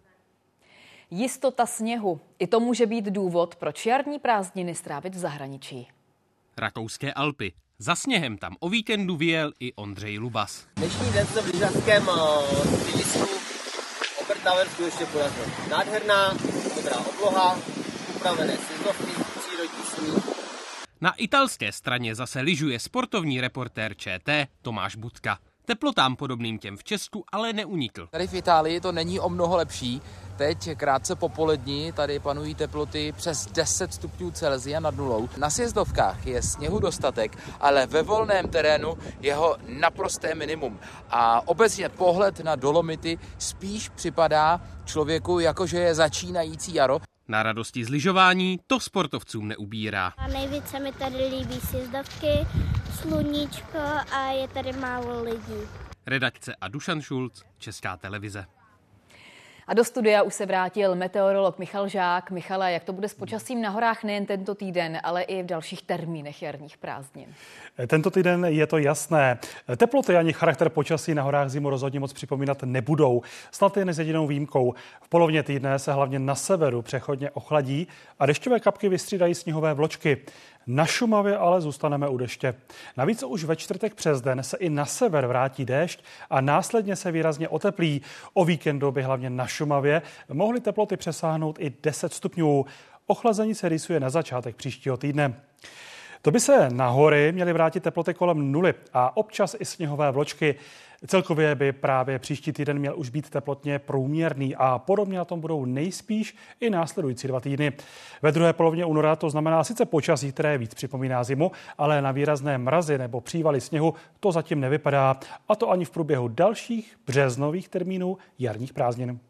Jistota sněhu. I to může být důvod, proč jarní prázdniny strávit v zahraničí. Rakouské Alpy. Za sněhem tam o víkendu vyjel i Ondřej Lubas. Dnešní den se v lyžařském středisku Obertauer skutečně podařil. Nádherná, dobrá obloha, upravené sjezdovky, přírodní sníh. Na italské straně zase lyžuje sportovní reportér ČT Tomáš Budka. Teplotám podobným těm v Česku ale neunikl. Tady v Itálii to není o mnoho lepší. Teď krátce po poledni tady panují teploty přes 10 stupňů Celsia nad nulou. Na sjezdovkách je sněhu dostatek, ale ve volném terénu jeho naprosté minimum. A obecně pohled na Dolomity spíš připadá člověku, jakože je začínající jaro. Na radosti z lyžování to sportovcům neubírá. A nejvíc se mi tady líbí sjezdovky, sluníčko a je tady málo lidí. Redakce a Dušan Šulc, Česká televize. A do studia už se vrátil meteorolog Michal Žák. Michale, jak to bude s počasím na horách nejen tento týden, ale i v dalších termínech jarních prázdnin? Tento týden je to jasné. Teploty ani charakter počasí na horách zimu rozhodně moc připomínat nebudou. Snad jen s jedinou výjimkou. V polovině týdne se hlavně na severu přechodně ochladí a dešťové kapky vystřídají sněhové vločky. Na Šumavě ale zůstaneme u deště. Navíc už ve čtvrtek přes den se i na sever vrátí déšť a následně se výrazně oteplí. O víkendu by hlavně na Šumavě mohly teploty přesáhnout i 10 stupňů. Ochlazení se rýsuje na začátek příštího týdne. To by se na hory měly vrátit teploty kolem nuly a občas i sněhové vločky. Celkově by právě příští týden měl už být teplotně průměrný a podobně na tom budou nejspíš i následující 2 týdny. Ve druhé polovině února to znamená sice počasí, které víc připomíná zimu, ale na výrazné mrazy nebo přívaly sněhu to zatím nevypadá. A to ani v průběhu dalších březnových termínů jarních prázdnin.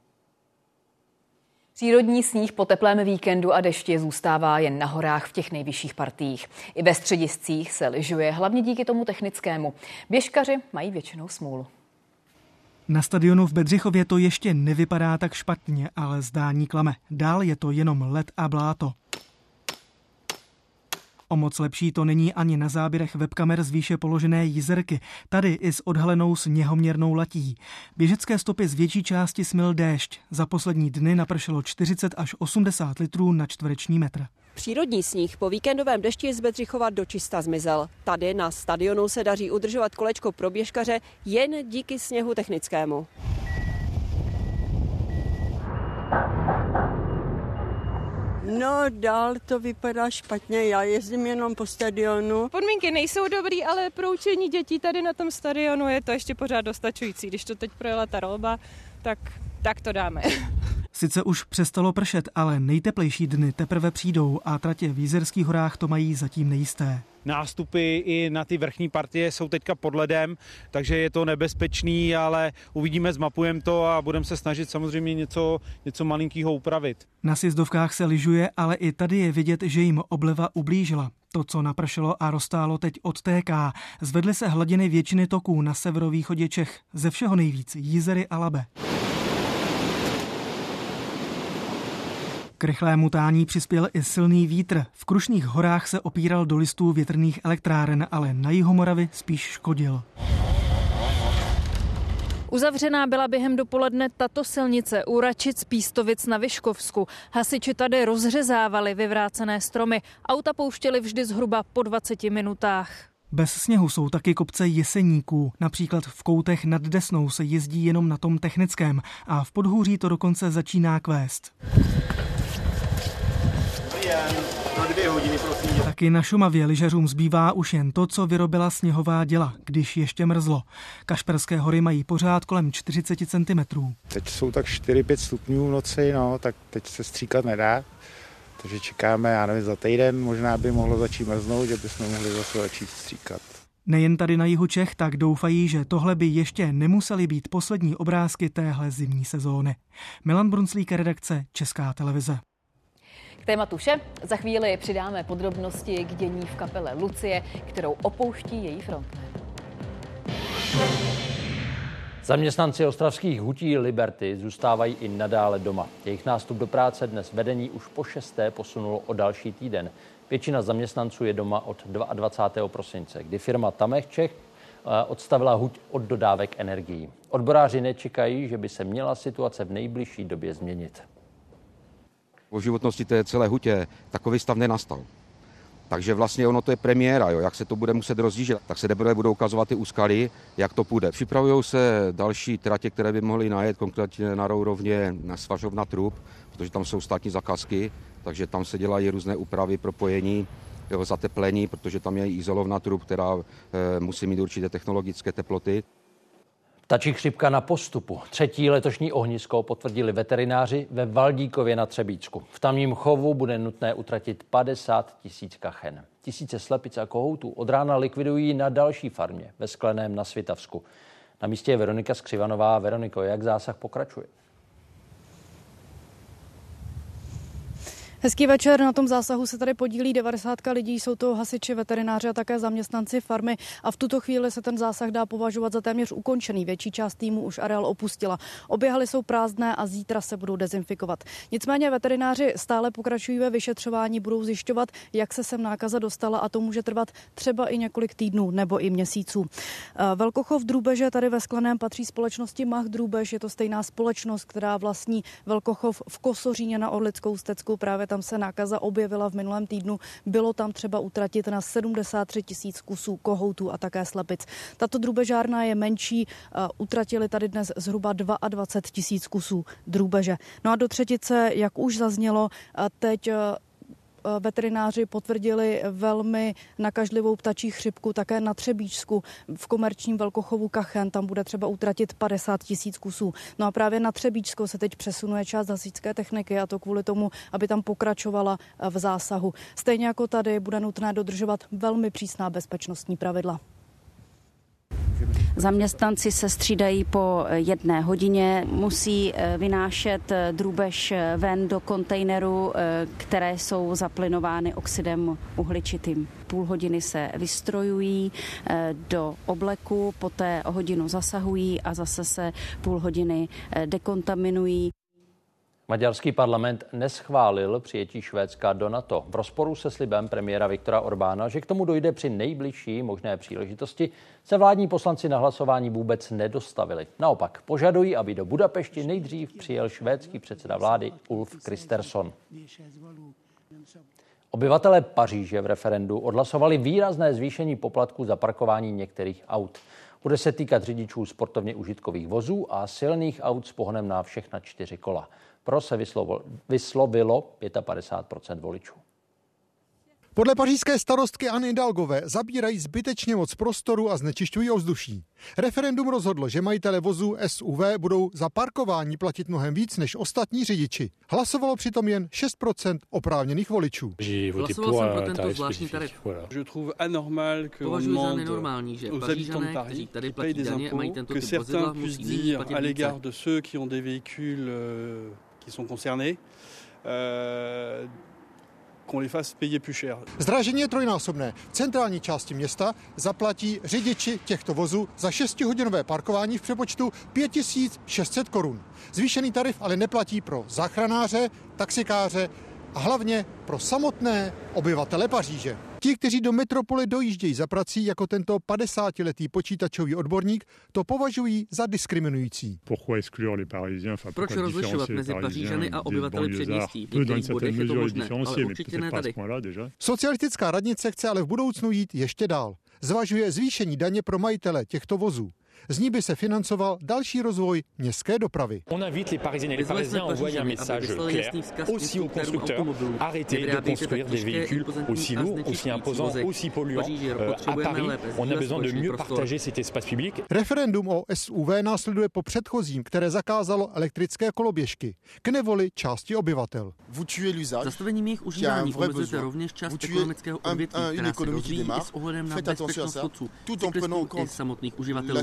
Přírodní sníh po teplém víkendu a dešti zůstává jen na horách v těch nejvyšších partiích. I ve střediscích se lyžuje, hlavně díky tomu technickému. Běžkaři mají většinou smůlu. Na stadionu v Bedřichově to ještě nevypadá tak špatně, ale zdání klame. Dál je to jenom led a bláto. O moc lepší to není ani na záběrech webkamer z výše položené Jizerky, tady i s odhalenou sněhoměrnou latí. Běžecké stopy z větší části smyl déšť. Za poslední dny napršelo 40 až 80 litrů na čtvereční metr. Přírodní sníh po víkendovém dešti z Bedřichova dočista zmizel. Tady na stadionu se daří udržovat kolečko pro běžkaře jen díky sněhu technickému. No, dál to vypadá špatně, já jezdím jenom po stadionu. Podmínky nejsou dobrý, ale pro učení dětí tady na tom stadionu je to ještě pořád dostačující. Když to teď projela ta rolba, tak to dáme. Sice už přestalo pršet, ale nejteplejší dny teprve přijdou a tratě v Jizerských horách to mají zatím nejisté. Nástupy i na ty vrchní partie jsou teďka pod ledem, takže je to nebezpečný, ale uvidíme, zmapujeme to a budeme se snažit samozřejmě něco malinkého upravit. Na sjezdovkách se lyžuje, ale i tady je vidět, že jim obliva ublížila. To, co napršelo a roztálo, teď odtéká. Zvedly se hladiny většiny toků na severovýchodě Čech. Ze všeho nejvíc Jizery a Labe. K rychlému tání přispěl i silný vítr. V Krušných horách se opíral do listů větrných elektráren, ale na jihu Moravy spíš škodil. Uzavřená byla během dopoledne tato silnice u Račic-Pístovic na Vyškovsku. Hasiči tady rozřezávali vyvrácené stromy. Auta pouštěli vždy zhruba po 20 minutách. Bez sněhu jsou taky kopce Jeseníků. Například v Koutech nad Desnou se jezdí jenom na tom technickém a v Podhůří to dokonce začíná kvést. Taky na Šumavě lyžařům zbývá už jen to, co vyrobila sněhová děla, když ještě mrzlo. Kašperské hory mají pořád kolem 40 cm. Teď jsou tak 4-5 stupňů v noci, tak teď se stříkat nedá. Takže čekáme, já nevím, za týden možná by mohlo začít mrznout, že bychom mohli zase začít stříkat. Nejen tady na jihu Čech tak doufají, že tohle by ještě nemusely být poslední obrázky téhle zimní sezóny. Milan Brunclík, redakce Česká televize. K tématu vše. Za chvíli přidáme podrobnosti k dění v kapele Lucie, kterou opouští její frontman. Zaměstnanci ostravských hutí Liberty zůstávají i nadále doma. Jejich nástup do práce dnes vedení už po 6. posunulo o další týden. Většina zaměstnanců je doma od 22. prosince, kdy firma Tamech Čech odstavila huť od dodávek energií. Odboráři nečekají, že by se měla situace v nejbližší době změnit. O životnosti té celé hutě takový stav nenastal. Takže vlastně ono to je premiéra, jak se to bude muset rozjíždět, tak se teprve budou ukazovat ty úskaly, jak to půjde. Připravují se další tratě, které by mohly najet, konkrétně na Rourovně na Svažovna Trub, protože tam jsou státní zakázky, takže tam se dělají různé úpravy propojení, zateplení, protože tam je izolovna Trub, která musí mít určité technologické teploty. Ptačí chřipka na postupu. 3. letošní ohnisko potvrdili veterináři ve Valdíkově na Třebíčsku. V tamním chovu bude nutné utratit 50 000 kachen. Tisíce slepic a kohoutů od rána likvidují na další farmě ve Skleném na Svitavsku. Na místě je Veronika Skřivanová. Veroniko, jak zásah pokračuje? Hezký večer, na tom zásahu se tady podílí 90 lidí, jsou to hasiči, veterináři a také zaměstnanci farmy a v tuto chvíli se ten zásah dá považovat za téměř ukončený. Větší část týmu už areál opustila. Obě haly jsou prázdné a zítra se budou dezinfikovat. Nicméně veterináři stále pokračují ve vyšetřování, budou zjišťovat, jak se sem nákaza dostala a to může trvat třeba i několik týdnů nebo i měsíců. Velkochov drůbeže tady ve Skleném patří společnosti Mach Drůbež, je to stejná společnost, která vlastní Velkochov v Kosoříně na Orlickou Stecku. Právě tam se nákaza objevila v minulém týdnu. Bylo tam třeba utratit na 73 000 kusů kohoutů a také slepic. Tato drůbežárna je menší, utratili tady dnes zhruba 22 000 kusů drůbeže. No a do třetice, jak už zaznělo, teď veterináři potvrdili velmi nakažlivou ptačí chřipku také na Třebíčsku v komerčním velkochovu Kachen. Tam bude třeba utratit 50 000 kusů. No a právě na Třebíčsko se teď přesunuje část hasičské techniky a to kvůli tomu, aby tam pokračovala v zásahu. Stejně jako tady bude nutné dodržovat velmi přísná bezpečnostní pravidla. Zaměstnanci se střídají po 1 hodině, musí vynášet drůbež ven do kontejnerů, které jsou zaplynovány oxidem uhličitým. Půl hodiny se vystrojují do obleku, poté hodinu zasahují a zase se půl hodiny dekontaminují. Maďarský parlament neschválil přijetí Švédska do NATO. V rozporu se slibem premiéra Viktora Orbána, že k tomu dojde při nejbližší možné příležitosti, se vládní poslanci na hlasování vůbec nedostavili. Naopak požadují, aby do Budapešti nejdřív přijel švédský předseda vlády Ulf Kristersson. Obyvatelé Paříže v referendu odhlasovali výrazné zvýšení poplatků za parkování některých aut. Bude se týkat řidičů sportovně užitkových vozů a silných aut s pohonem na všechna 4 kola. Pro se vyslovilo 55% voličů. Podle pařížské starostky Anny Hidalgové zabírají zbytečně moc prostoru a znečišťují ovzduší. Referendum rozhodlo, že majitele vozů SUV budou za parkování platit mnohem víc než ostatní řidiči. Hlasovalo přitom jen 6% oprávněných voličů. Hlasoval jsem pro tento zvláštní tarif. Považuji za nenormální, že Pařížané, kteří tady platí daně a mají tento typ vozidla, musí nyní platit více. Zdražení je trojnásobné. V centrální části města zaplatí řidiči těchto vozů za 6hodinové parkování v přepočtu 5600 korun. Zvýšený tarif ale neplatí pro záchranáře, taxikáře a hlavně pro samotné obyvatele Paříže. Ti, kteří do metropoly dojíždějí za prací jako tento 50letý počítačový odborník, to považují za diskriminující. Proč rozlišovat mezi Pařížany a obyvateli předměstí? V některých bodech je to možné, ale určitě ne tady. Socialistická radnice chce ale v budoucnu jít ještě dál. Zvažuje zvýšení daně pro majitele těchto vozů. Z ní by se financoval další rozvoj městské dopravy. Vyzvali jsme Pařížany, aby vyslali jasný vzkaz konstruktérům automobilů. Nevyrábějte tak těžké, impozantní a znečišťující vozek. Paříži potřebujeme lépe společný prostor. Referendum o SUV následuje po předchozím, které zakázalo elektrické koloběžky k nevoli části obyvatel. Zastavením jejich užívání omezujete rovněž část ekonomického odvětví, která se rozvíjí i s ohledem na bezpečnost chodců, cyklistů i samotných uživatelů.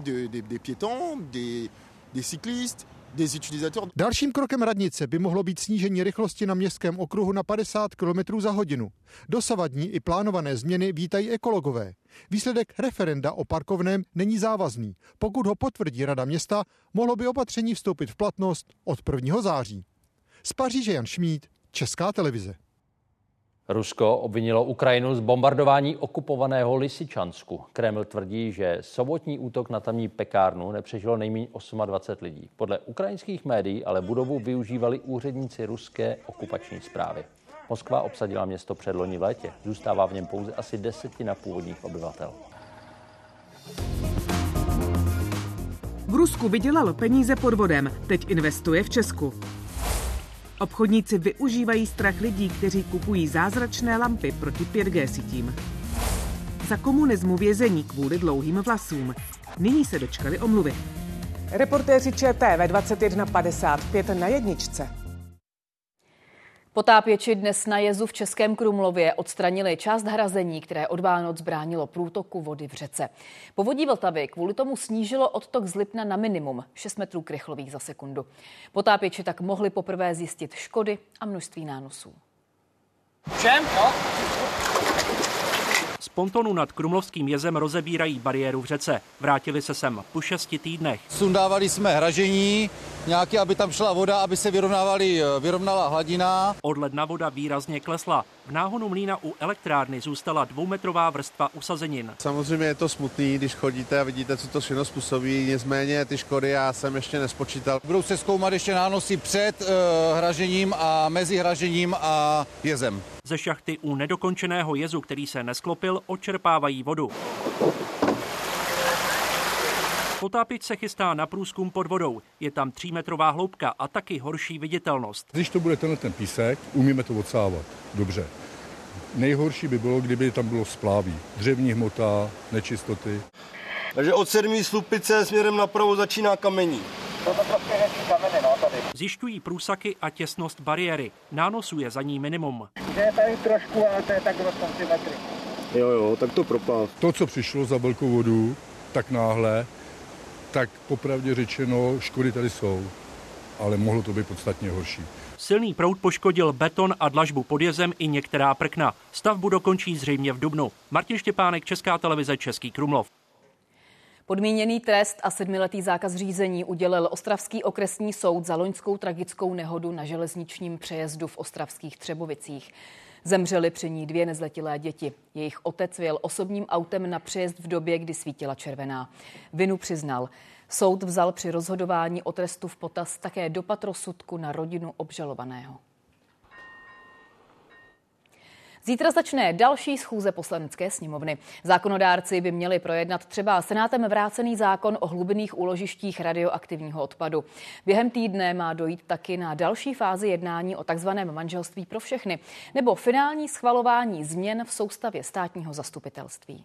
Dalším krokem radnice by mohlo být snížení rychlosti na městském okruhu na 50 km za hodinu. Dosavadní i plánované změny vítají ekologové. Výsledek referenda o parkovném není závazný. Pokud ho potvrdí Rada města, mohlo by opatření vstoupit v platnost od 1. září. Z Paříže Jan Šmíd, Česká televize. Rusko obvinilo Ukrajinu z bombardování okupovaného Lysyčansku. Kreml tvrdí, že sobotní útok na tamní pekárnu nepřežilo nejméně 28 lidí. Podle ukrajinských médií ale budovu využívali úředníci ruské okupační správy. Moskva obsadila město předloni v létě. Zůstává v něm pouze asi 10% původních obyvatel. V Rusku vydělal peníze podvodem, teď investuje v Česku. Obchodníci využívají strach lidí, kteří kupují zázračné lampy proti 5G sítím. Za komunismu vězení kvůli dlouhým vlasům. Nyní se dočkali omluvy. Reportéři ČT ve 21:55 na jedničce. Potápěči dnes na jezu v Českém Krumlově odstranili část hrazení, které od Vánoc bránilo průtoku vody v řece. Povodí Vltavy kvůli tomu snížilo odtok z Lipna na minimum 6 metrů krychlových za sekundu. Potápěči tak mohli poprvé zjistit škody a množství nánosů. Z pontonu nad Krumlovským jezem rozebírají bariéru v řece. Vrátili se sem po 6 týdnech. Sundávali jsme hražení, nějaké, aby tam šla voda, aby se vyrovnala hladina. Od ledna voda výrazně klesla. V náhonu mlýna u elektrárny zůstala 2metrová vrstva usazenin. Samozřejmě je to smutný, když chodíte a vidíte, co to všechno způsobí. Nicméně ty škody já jsem ještě nespočítal. Budou se zkoumat ještě nánosy před hražením a mezi hražením a jezem. Ze šachty u nedokončeného jezu, který se nesklopil, odčerpávají vodu. Potápěč se chystá na průzkum pod vodou. Je tam 3metrová hloubka a taky horší viditelnost. Když to bude ten písek, umíme to odsávat. Dobře. Nejhorší by bylo, kdyby tam bylo spláví. Dřevní hmota, nečistoty. Takže od 7. Slupice směrem napravo začíná kamení. Zjišťují průsaky a těsnost bariéry. Nánosů je za ní minimum. Je tady trošku, ale to je tak 2 cm. Jo, tak to propál. To, co přišlo za velkou vodu, tak náhle, tak popravdě řečeno, škody tady jsou, ale mohlo to být podstatně horší. Silný proud poškodil beton a dlažbu pod jezem i některá prkna. Stavbu dokončí zřejmě v dubnu. Martin Štěpánek, Česká televize, Český Krumlov. Podmíněný trest a 7letý zákaz řízení udělil ostravský okresní soud za loňskou tragickou nehodu na železničním přejezdu v ostravských Třebovicích. Zemřely při ní 2 nezletilé děti. Jejich otec vyjel osobním autem na přejezd v době, kdy svítila červená. Vinu přiznal. Soud vzal při rozhodování o trestu v potaz také dopad rozsudku na rodinu obžalovaného. Zítra začne další schůze Poslanecké sněmovny. Zákonodárci by měli projednat třeba Senátem vrácený zákon o hlubinných úložištích radioaktivního odpadu. Během týdne má dojít taky na další fázi jednání o takzvaném manželství pro všechny nebo finální schvalování změn v soustavě státního zastupitelství.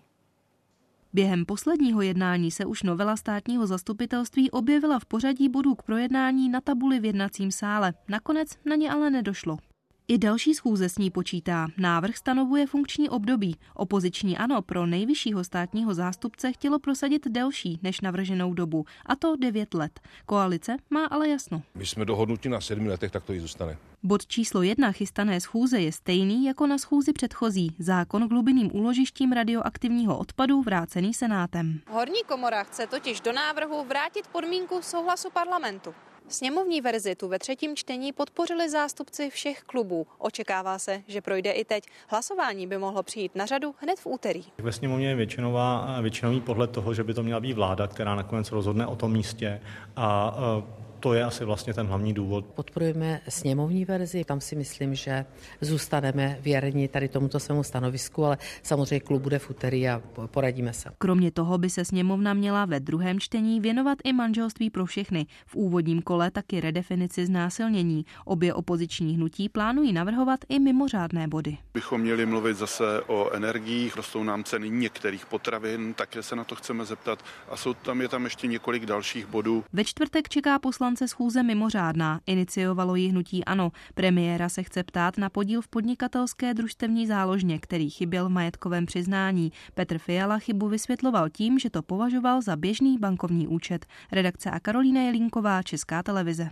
Během posledního jednání se už novela státního zastupitelství objevila v pořadí bodů k projednání na tabuli v jednacím sále. Nakonec na ně ale nedošlo. I další schůze s ní počítá. Návrh stanovuje funkční období. Opoziční ANO pro nejvyššího státního zástupce chtělo prosadit delší než navrženou dobu, a to 9 let. Koalice má ale jasno. My jsme dohodnuti na 7 letech, tak to i zůstane. Bod číslo 1 chystané schůze je stejný jako na schůzi předchozí. Zákon k hlubinným úložištím radioaktivního odpadu vrácený Senátem. Horní komora chce totiž do návrhu vrátit podmínku souhlasu parlamentu. Sněmovní verzi tu ve 3. čtení podpořili zástupci všech klubů. Očekává se, že projde i teď. Hlasování by mohlo přijít na řadu hned v úterý. Ve sněmovně je většinový pohled toho, že by to měla být vláda, která nakonec rozhodne o tom místě, a to je asi vlastně ten hlavní důvod. Podporujeme sněmovní verzi, tam si myslím, že zůstaneme věrni tady tomuto svému stanovisku, ale samozřejmě klub bude v úterý a poradíme se. Kromě toho by se sněmovna měla ve 2. čtení věnovat i manželství pro všechny. V úvodním kole taky redefinici znásilnění. Obě opoziční hnutí plánují navrhovat i mimořádné body. Bychom měli mluvit zase o energiích, rostou nám ceny některých potravin, také se na to chceme zeptat, a je tam ještě několik dalších bodů. Ve čtvrtek čeká poslance schůze mimořádná. Iniciovalo ji hnutí ANO. Premiéra se chce ptát na podíl v podnikatelské družstevní záložně, který chyběl v majetkovém přiznání. Petr Fiala chybu vysvětloval tím, že to považoval za běžný bankovní účet. Redakce a Karolína Jelínková, Česká televize.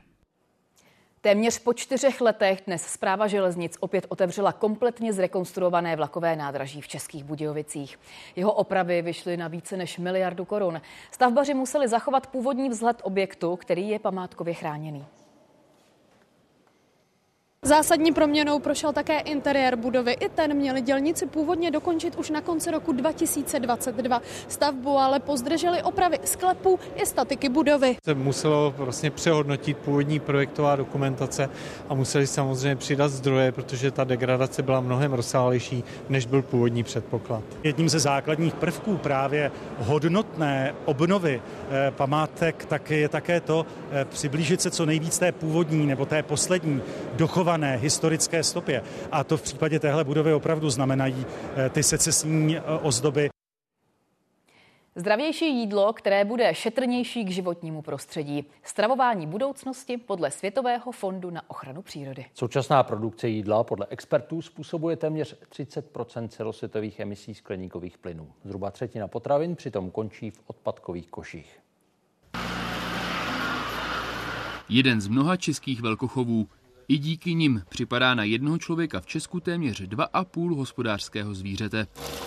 Téměř po 4 letech dnes Správa železnic opět otevřela kompletně zrekonstruované vlakové nádraží v Českých Budějovicích. Jeho opravy vyšly na více než 1 miliardu korun. Stavbaři museli zachovat původní vzhled objektu, který je památkově chráněný. Zásadní proměnou prošel také interiér budovy. I ten měli dělníci původně dokončit už na konci roku 2022. Stavbu ale pozdržely opravy sklepů i statiky budovy. Se muselo vlastně přehodnotit původní projektová dokumentace a museli samozřejmě přidat zdroje, protože ta degradace byla mnohem rozsáhlejší, než byl původní předpoklad. Jedním ze základních prvků právě hodnotné obnovy památek tak je také to přiblížit se co nejvíc té původní nebo té poslední dochované historické stopě. A to v případě téhle budovy opravdu znamenají ty secesní ozdoby. Zdravější jídlo, které bude šetrnější k životnímu prostředí. Stravování budoucnosti podle Světového fondu na ochranu přírody. Současná produkce jídla podle expertů způsobuje téměř 30% celosvětových emisí skleníkových plynů. Zhruba 1/3 potravin přitom končí v odpadkových koších. Jeden z mnoha českých velkochovů. I díky nim připadá na jednoho člověka v Česku téměř 2,5 hospodářského zvířete.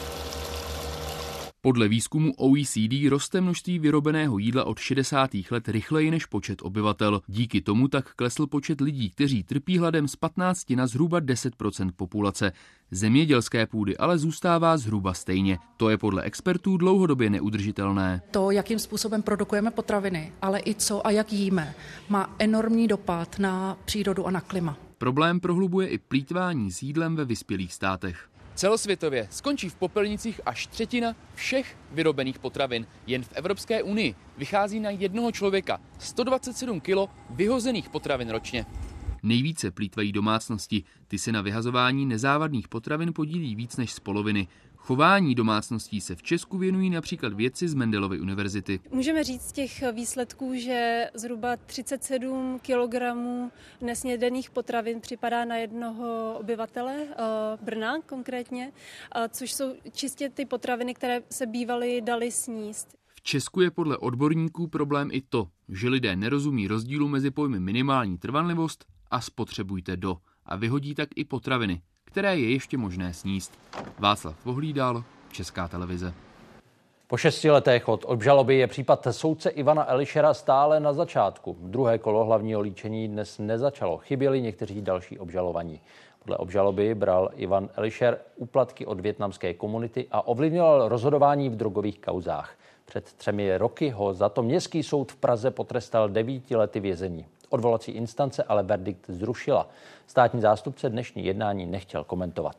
Podle výzkumu OECD roste množství vyrobeného jídla od 60. let rychleji než počet obyvatel. Díky tomu tak klesl počet lidí, kteří trpí hladem z 15 na zhruba 10% populace. Zemědělské půdy ale zůstává zhruba stejně. To je podle expertů dlouhodobě neudržitelné. To, jakým způsobem produkujeme potraviny, ale i co a jak jíme, má enormní dopad na přírodu a na klima. Problém prohlubuje i plýtvání s jídlem ve vyspělých státech. Celosvětově skončí v popelnicích až 1/3 všech vyrobených potravin. Jen v Evropské unii vychází na jednoho člověka 127 kg vyhozených potravin ročně. Nejvíce plýtvají domácnosti. Ty se na vyhazování nezávadných potravin podílí víc než z poloviny. Chování domácností se v Česku věnují například vědci z Mendelovy univerzity. Můžeme říct z těch výsledků, že zhruba 37 kg nesnědených potravin připadá na jednoho obyvatele Brna konkrétně, což jsou čistě ty potraviny, které se bývaly daly sníst. V Česku je podle odborníků problém i to, že lidé nerozumí rozdílu mezi pojmy minimální trvanlivost a spotřebujte do a vyhodí tak i potraviny, které je ještě možné sníst. Václav Vohlídal, Česká televize. Po 6 letech od obžaloby je případ soudce Ivana Elišera stále na začátku. Druhé kolo hlavního líčení dnes nezačalo. Chyběli někteří další obžalovaní. Podle obžaloby bral Ivan Elišer úplatky od vietnamské komunity a ovlivňoval rozhodování v drogových kauzách. Před 3 roky ho za to městský soud v Praze potrestal 9 lety vězení. Odvolací instance ale verdikt zrušila. Státní zástupce dnešní jednání nechtěl komentovat.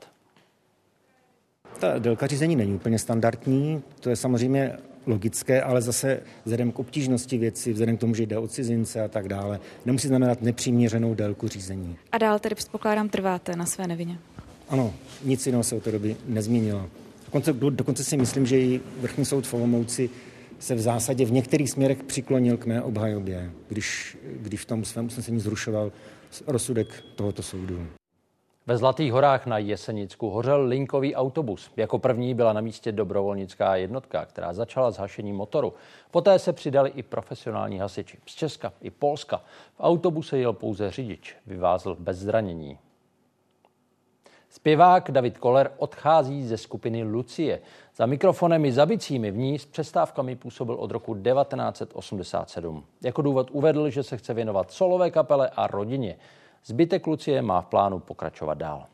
Ta délka řízení není úplně standardní, to je samozřejmě logické, ale zase vzhledem k obtížnosti věci, vzhledem k tomu, že jde o cizince a tak dále, nemusí znamenat nepřiměřenou délku řízení. A dál tedy předpokládám trváte na své nevině? Ano, nic jiného se od té doby nezměnilo. Dokonce si myslím, že i Vrchní soud v Olomouci se v zásadě v některých směrech přiklonil k mé obhajobě, když v tom svém usnesení zrušoval rozsudek tohoto soudu. Ve Zlatých horách na Jesenicku hořel linkový autobus. Jako první byla na místě dobrovolnická jednotka, která začala s hašením motoru. Poté se přidali i profesionální hasiči z Česka i Polska. V autobuse jel pouze řidič, vyvázl bez zranění. Zpěvák David Koller odchází ze skupiny Lucie. Za mikrofonem i za bicími v ní s přestávkami působil od roku 1987. Jako důvod uvedl, že se chce věnovat solové kapele a rodině. Zbytek Lucie má v plánu pokračovat dál.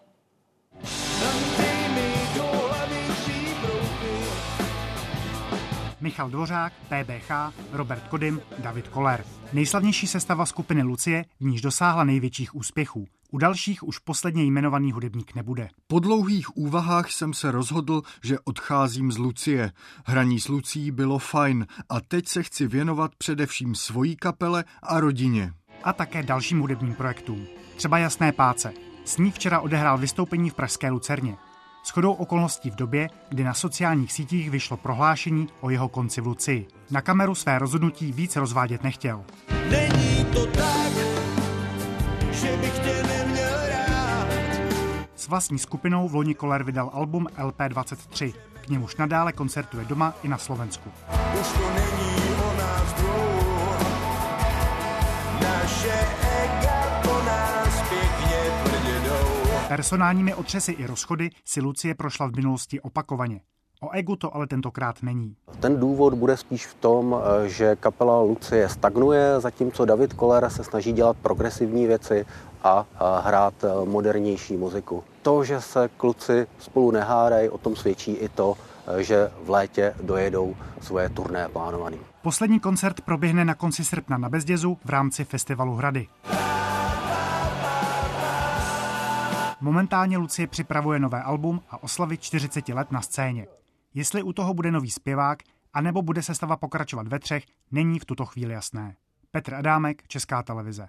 Michal Dvořák, PBH, Robert Kodym, David Koller. Nejslavnější sestava skupiny Lucie, v níž dosáhla největších úspěchů. U dalších už posledně jmenovaný hudebník nebude. Po dlouhých úvahách jsem se rozhodl, že odcházím z Lucie. Hraní s Lucií bylo fajn a teď se chci věnovat především svojí kapele a rodině. A také dalším hudebním projektům. Třeba Jasné páce. S ní včera odehrál vystoupení v pražské Lucerně. Shodou okolností v době, kdy na sociálních sítích vyšlo prohlášení o jeho konci v Lucii. Na kameru své rozhodnutí víc rozvádět nechtěl. Není to tak, že bych tě neměl rád. S vlastní skupinou v loni Koller vydal album LP23. K němuž nadále koncertuje doma i na Slovensku. Už to není o nás dvou, naše ega po nás pěkně tvrdě jdou. Personálními otřesy i rozchody si Lucie prošla v minulosti opakovaně. O egu to ale tentokrát není. Ten důvod bude spíš v tom, že kapela Lucie stagnuje, zatímco David Koller se snaží dělat progresivní věci a hrát modernější muziku. To, že se kluci spolu nehádají, o tom svědčí i to, že v létě dojedou svoje turné plánované. Poslední koncert proběhne na konci srpna na Bezdězu v rámci festivalu Hrady. Momentálně Lucie připravuje nové album a oslavy 40 let na scéně. Jestli u toho bude nový zpěvák, anebo bude sestava pokračovat ve třech, není v tuto chvíli jasné. Petr Adámek, Česká televize.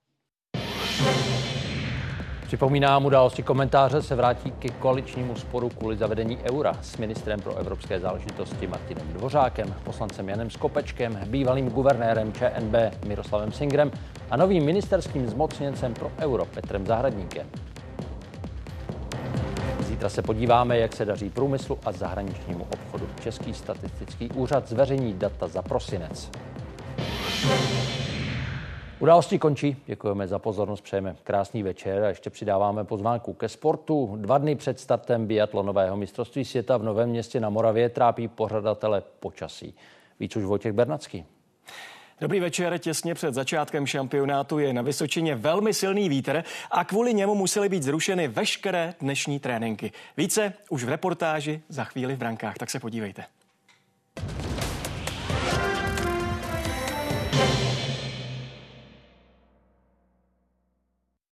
Připomínám, Události komentáře se vrátí ke koaličnímu sporu kvůli zavedení eura s ministrem pro evropské záležitosti Martinem Dvořákem, poslancem Janem Skopečkem, bývalým guvernérem ČNB Miroslavem Singrem a novým ministerským zmocněncem pro euro Petrem Zahradníkem. Zítra se podíváme, jak se daří průmyslu a zahraničnímu obchodu. Český statistický úřad zveřejní data za prosinec. Události končí. Děkujeme za pozornost, přejeme krásný večer a ještě přidáváme pozvánku ke sportu. 2 dny před startem biatlonového mistrovství světa v Novém Městě na Moravě trápí pořadatele počasí. Víc už Vojtěch Bernacký. Dobrý večer, těsně před začátkem šampionátu je na Vysočině velmi silný vítr a kvůli němu musely být zrušeny veškeré dnešní tréninky. Více už v reportáži za chvíli v brankách, tak se podívejte.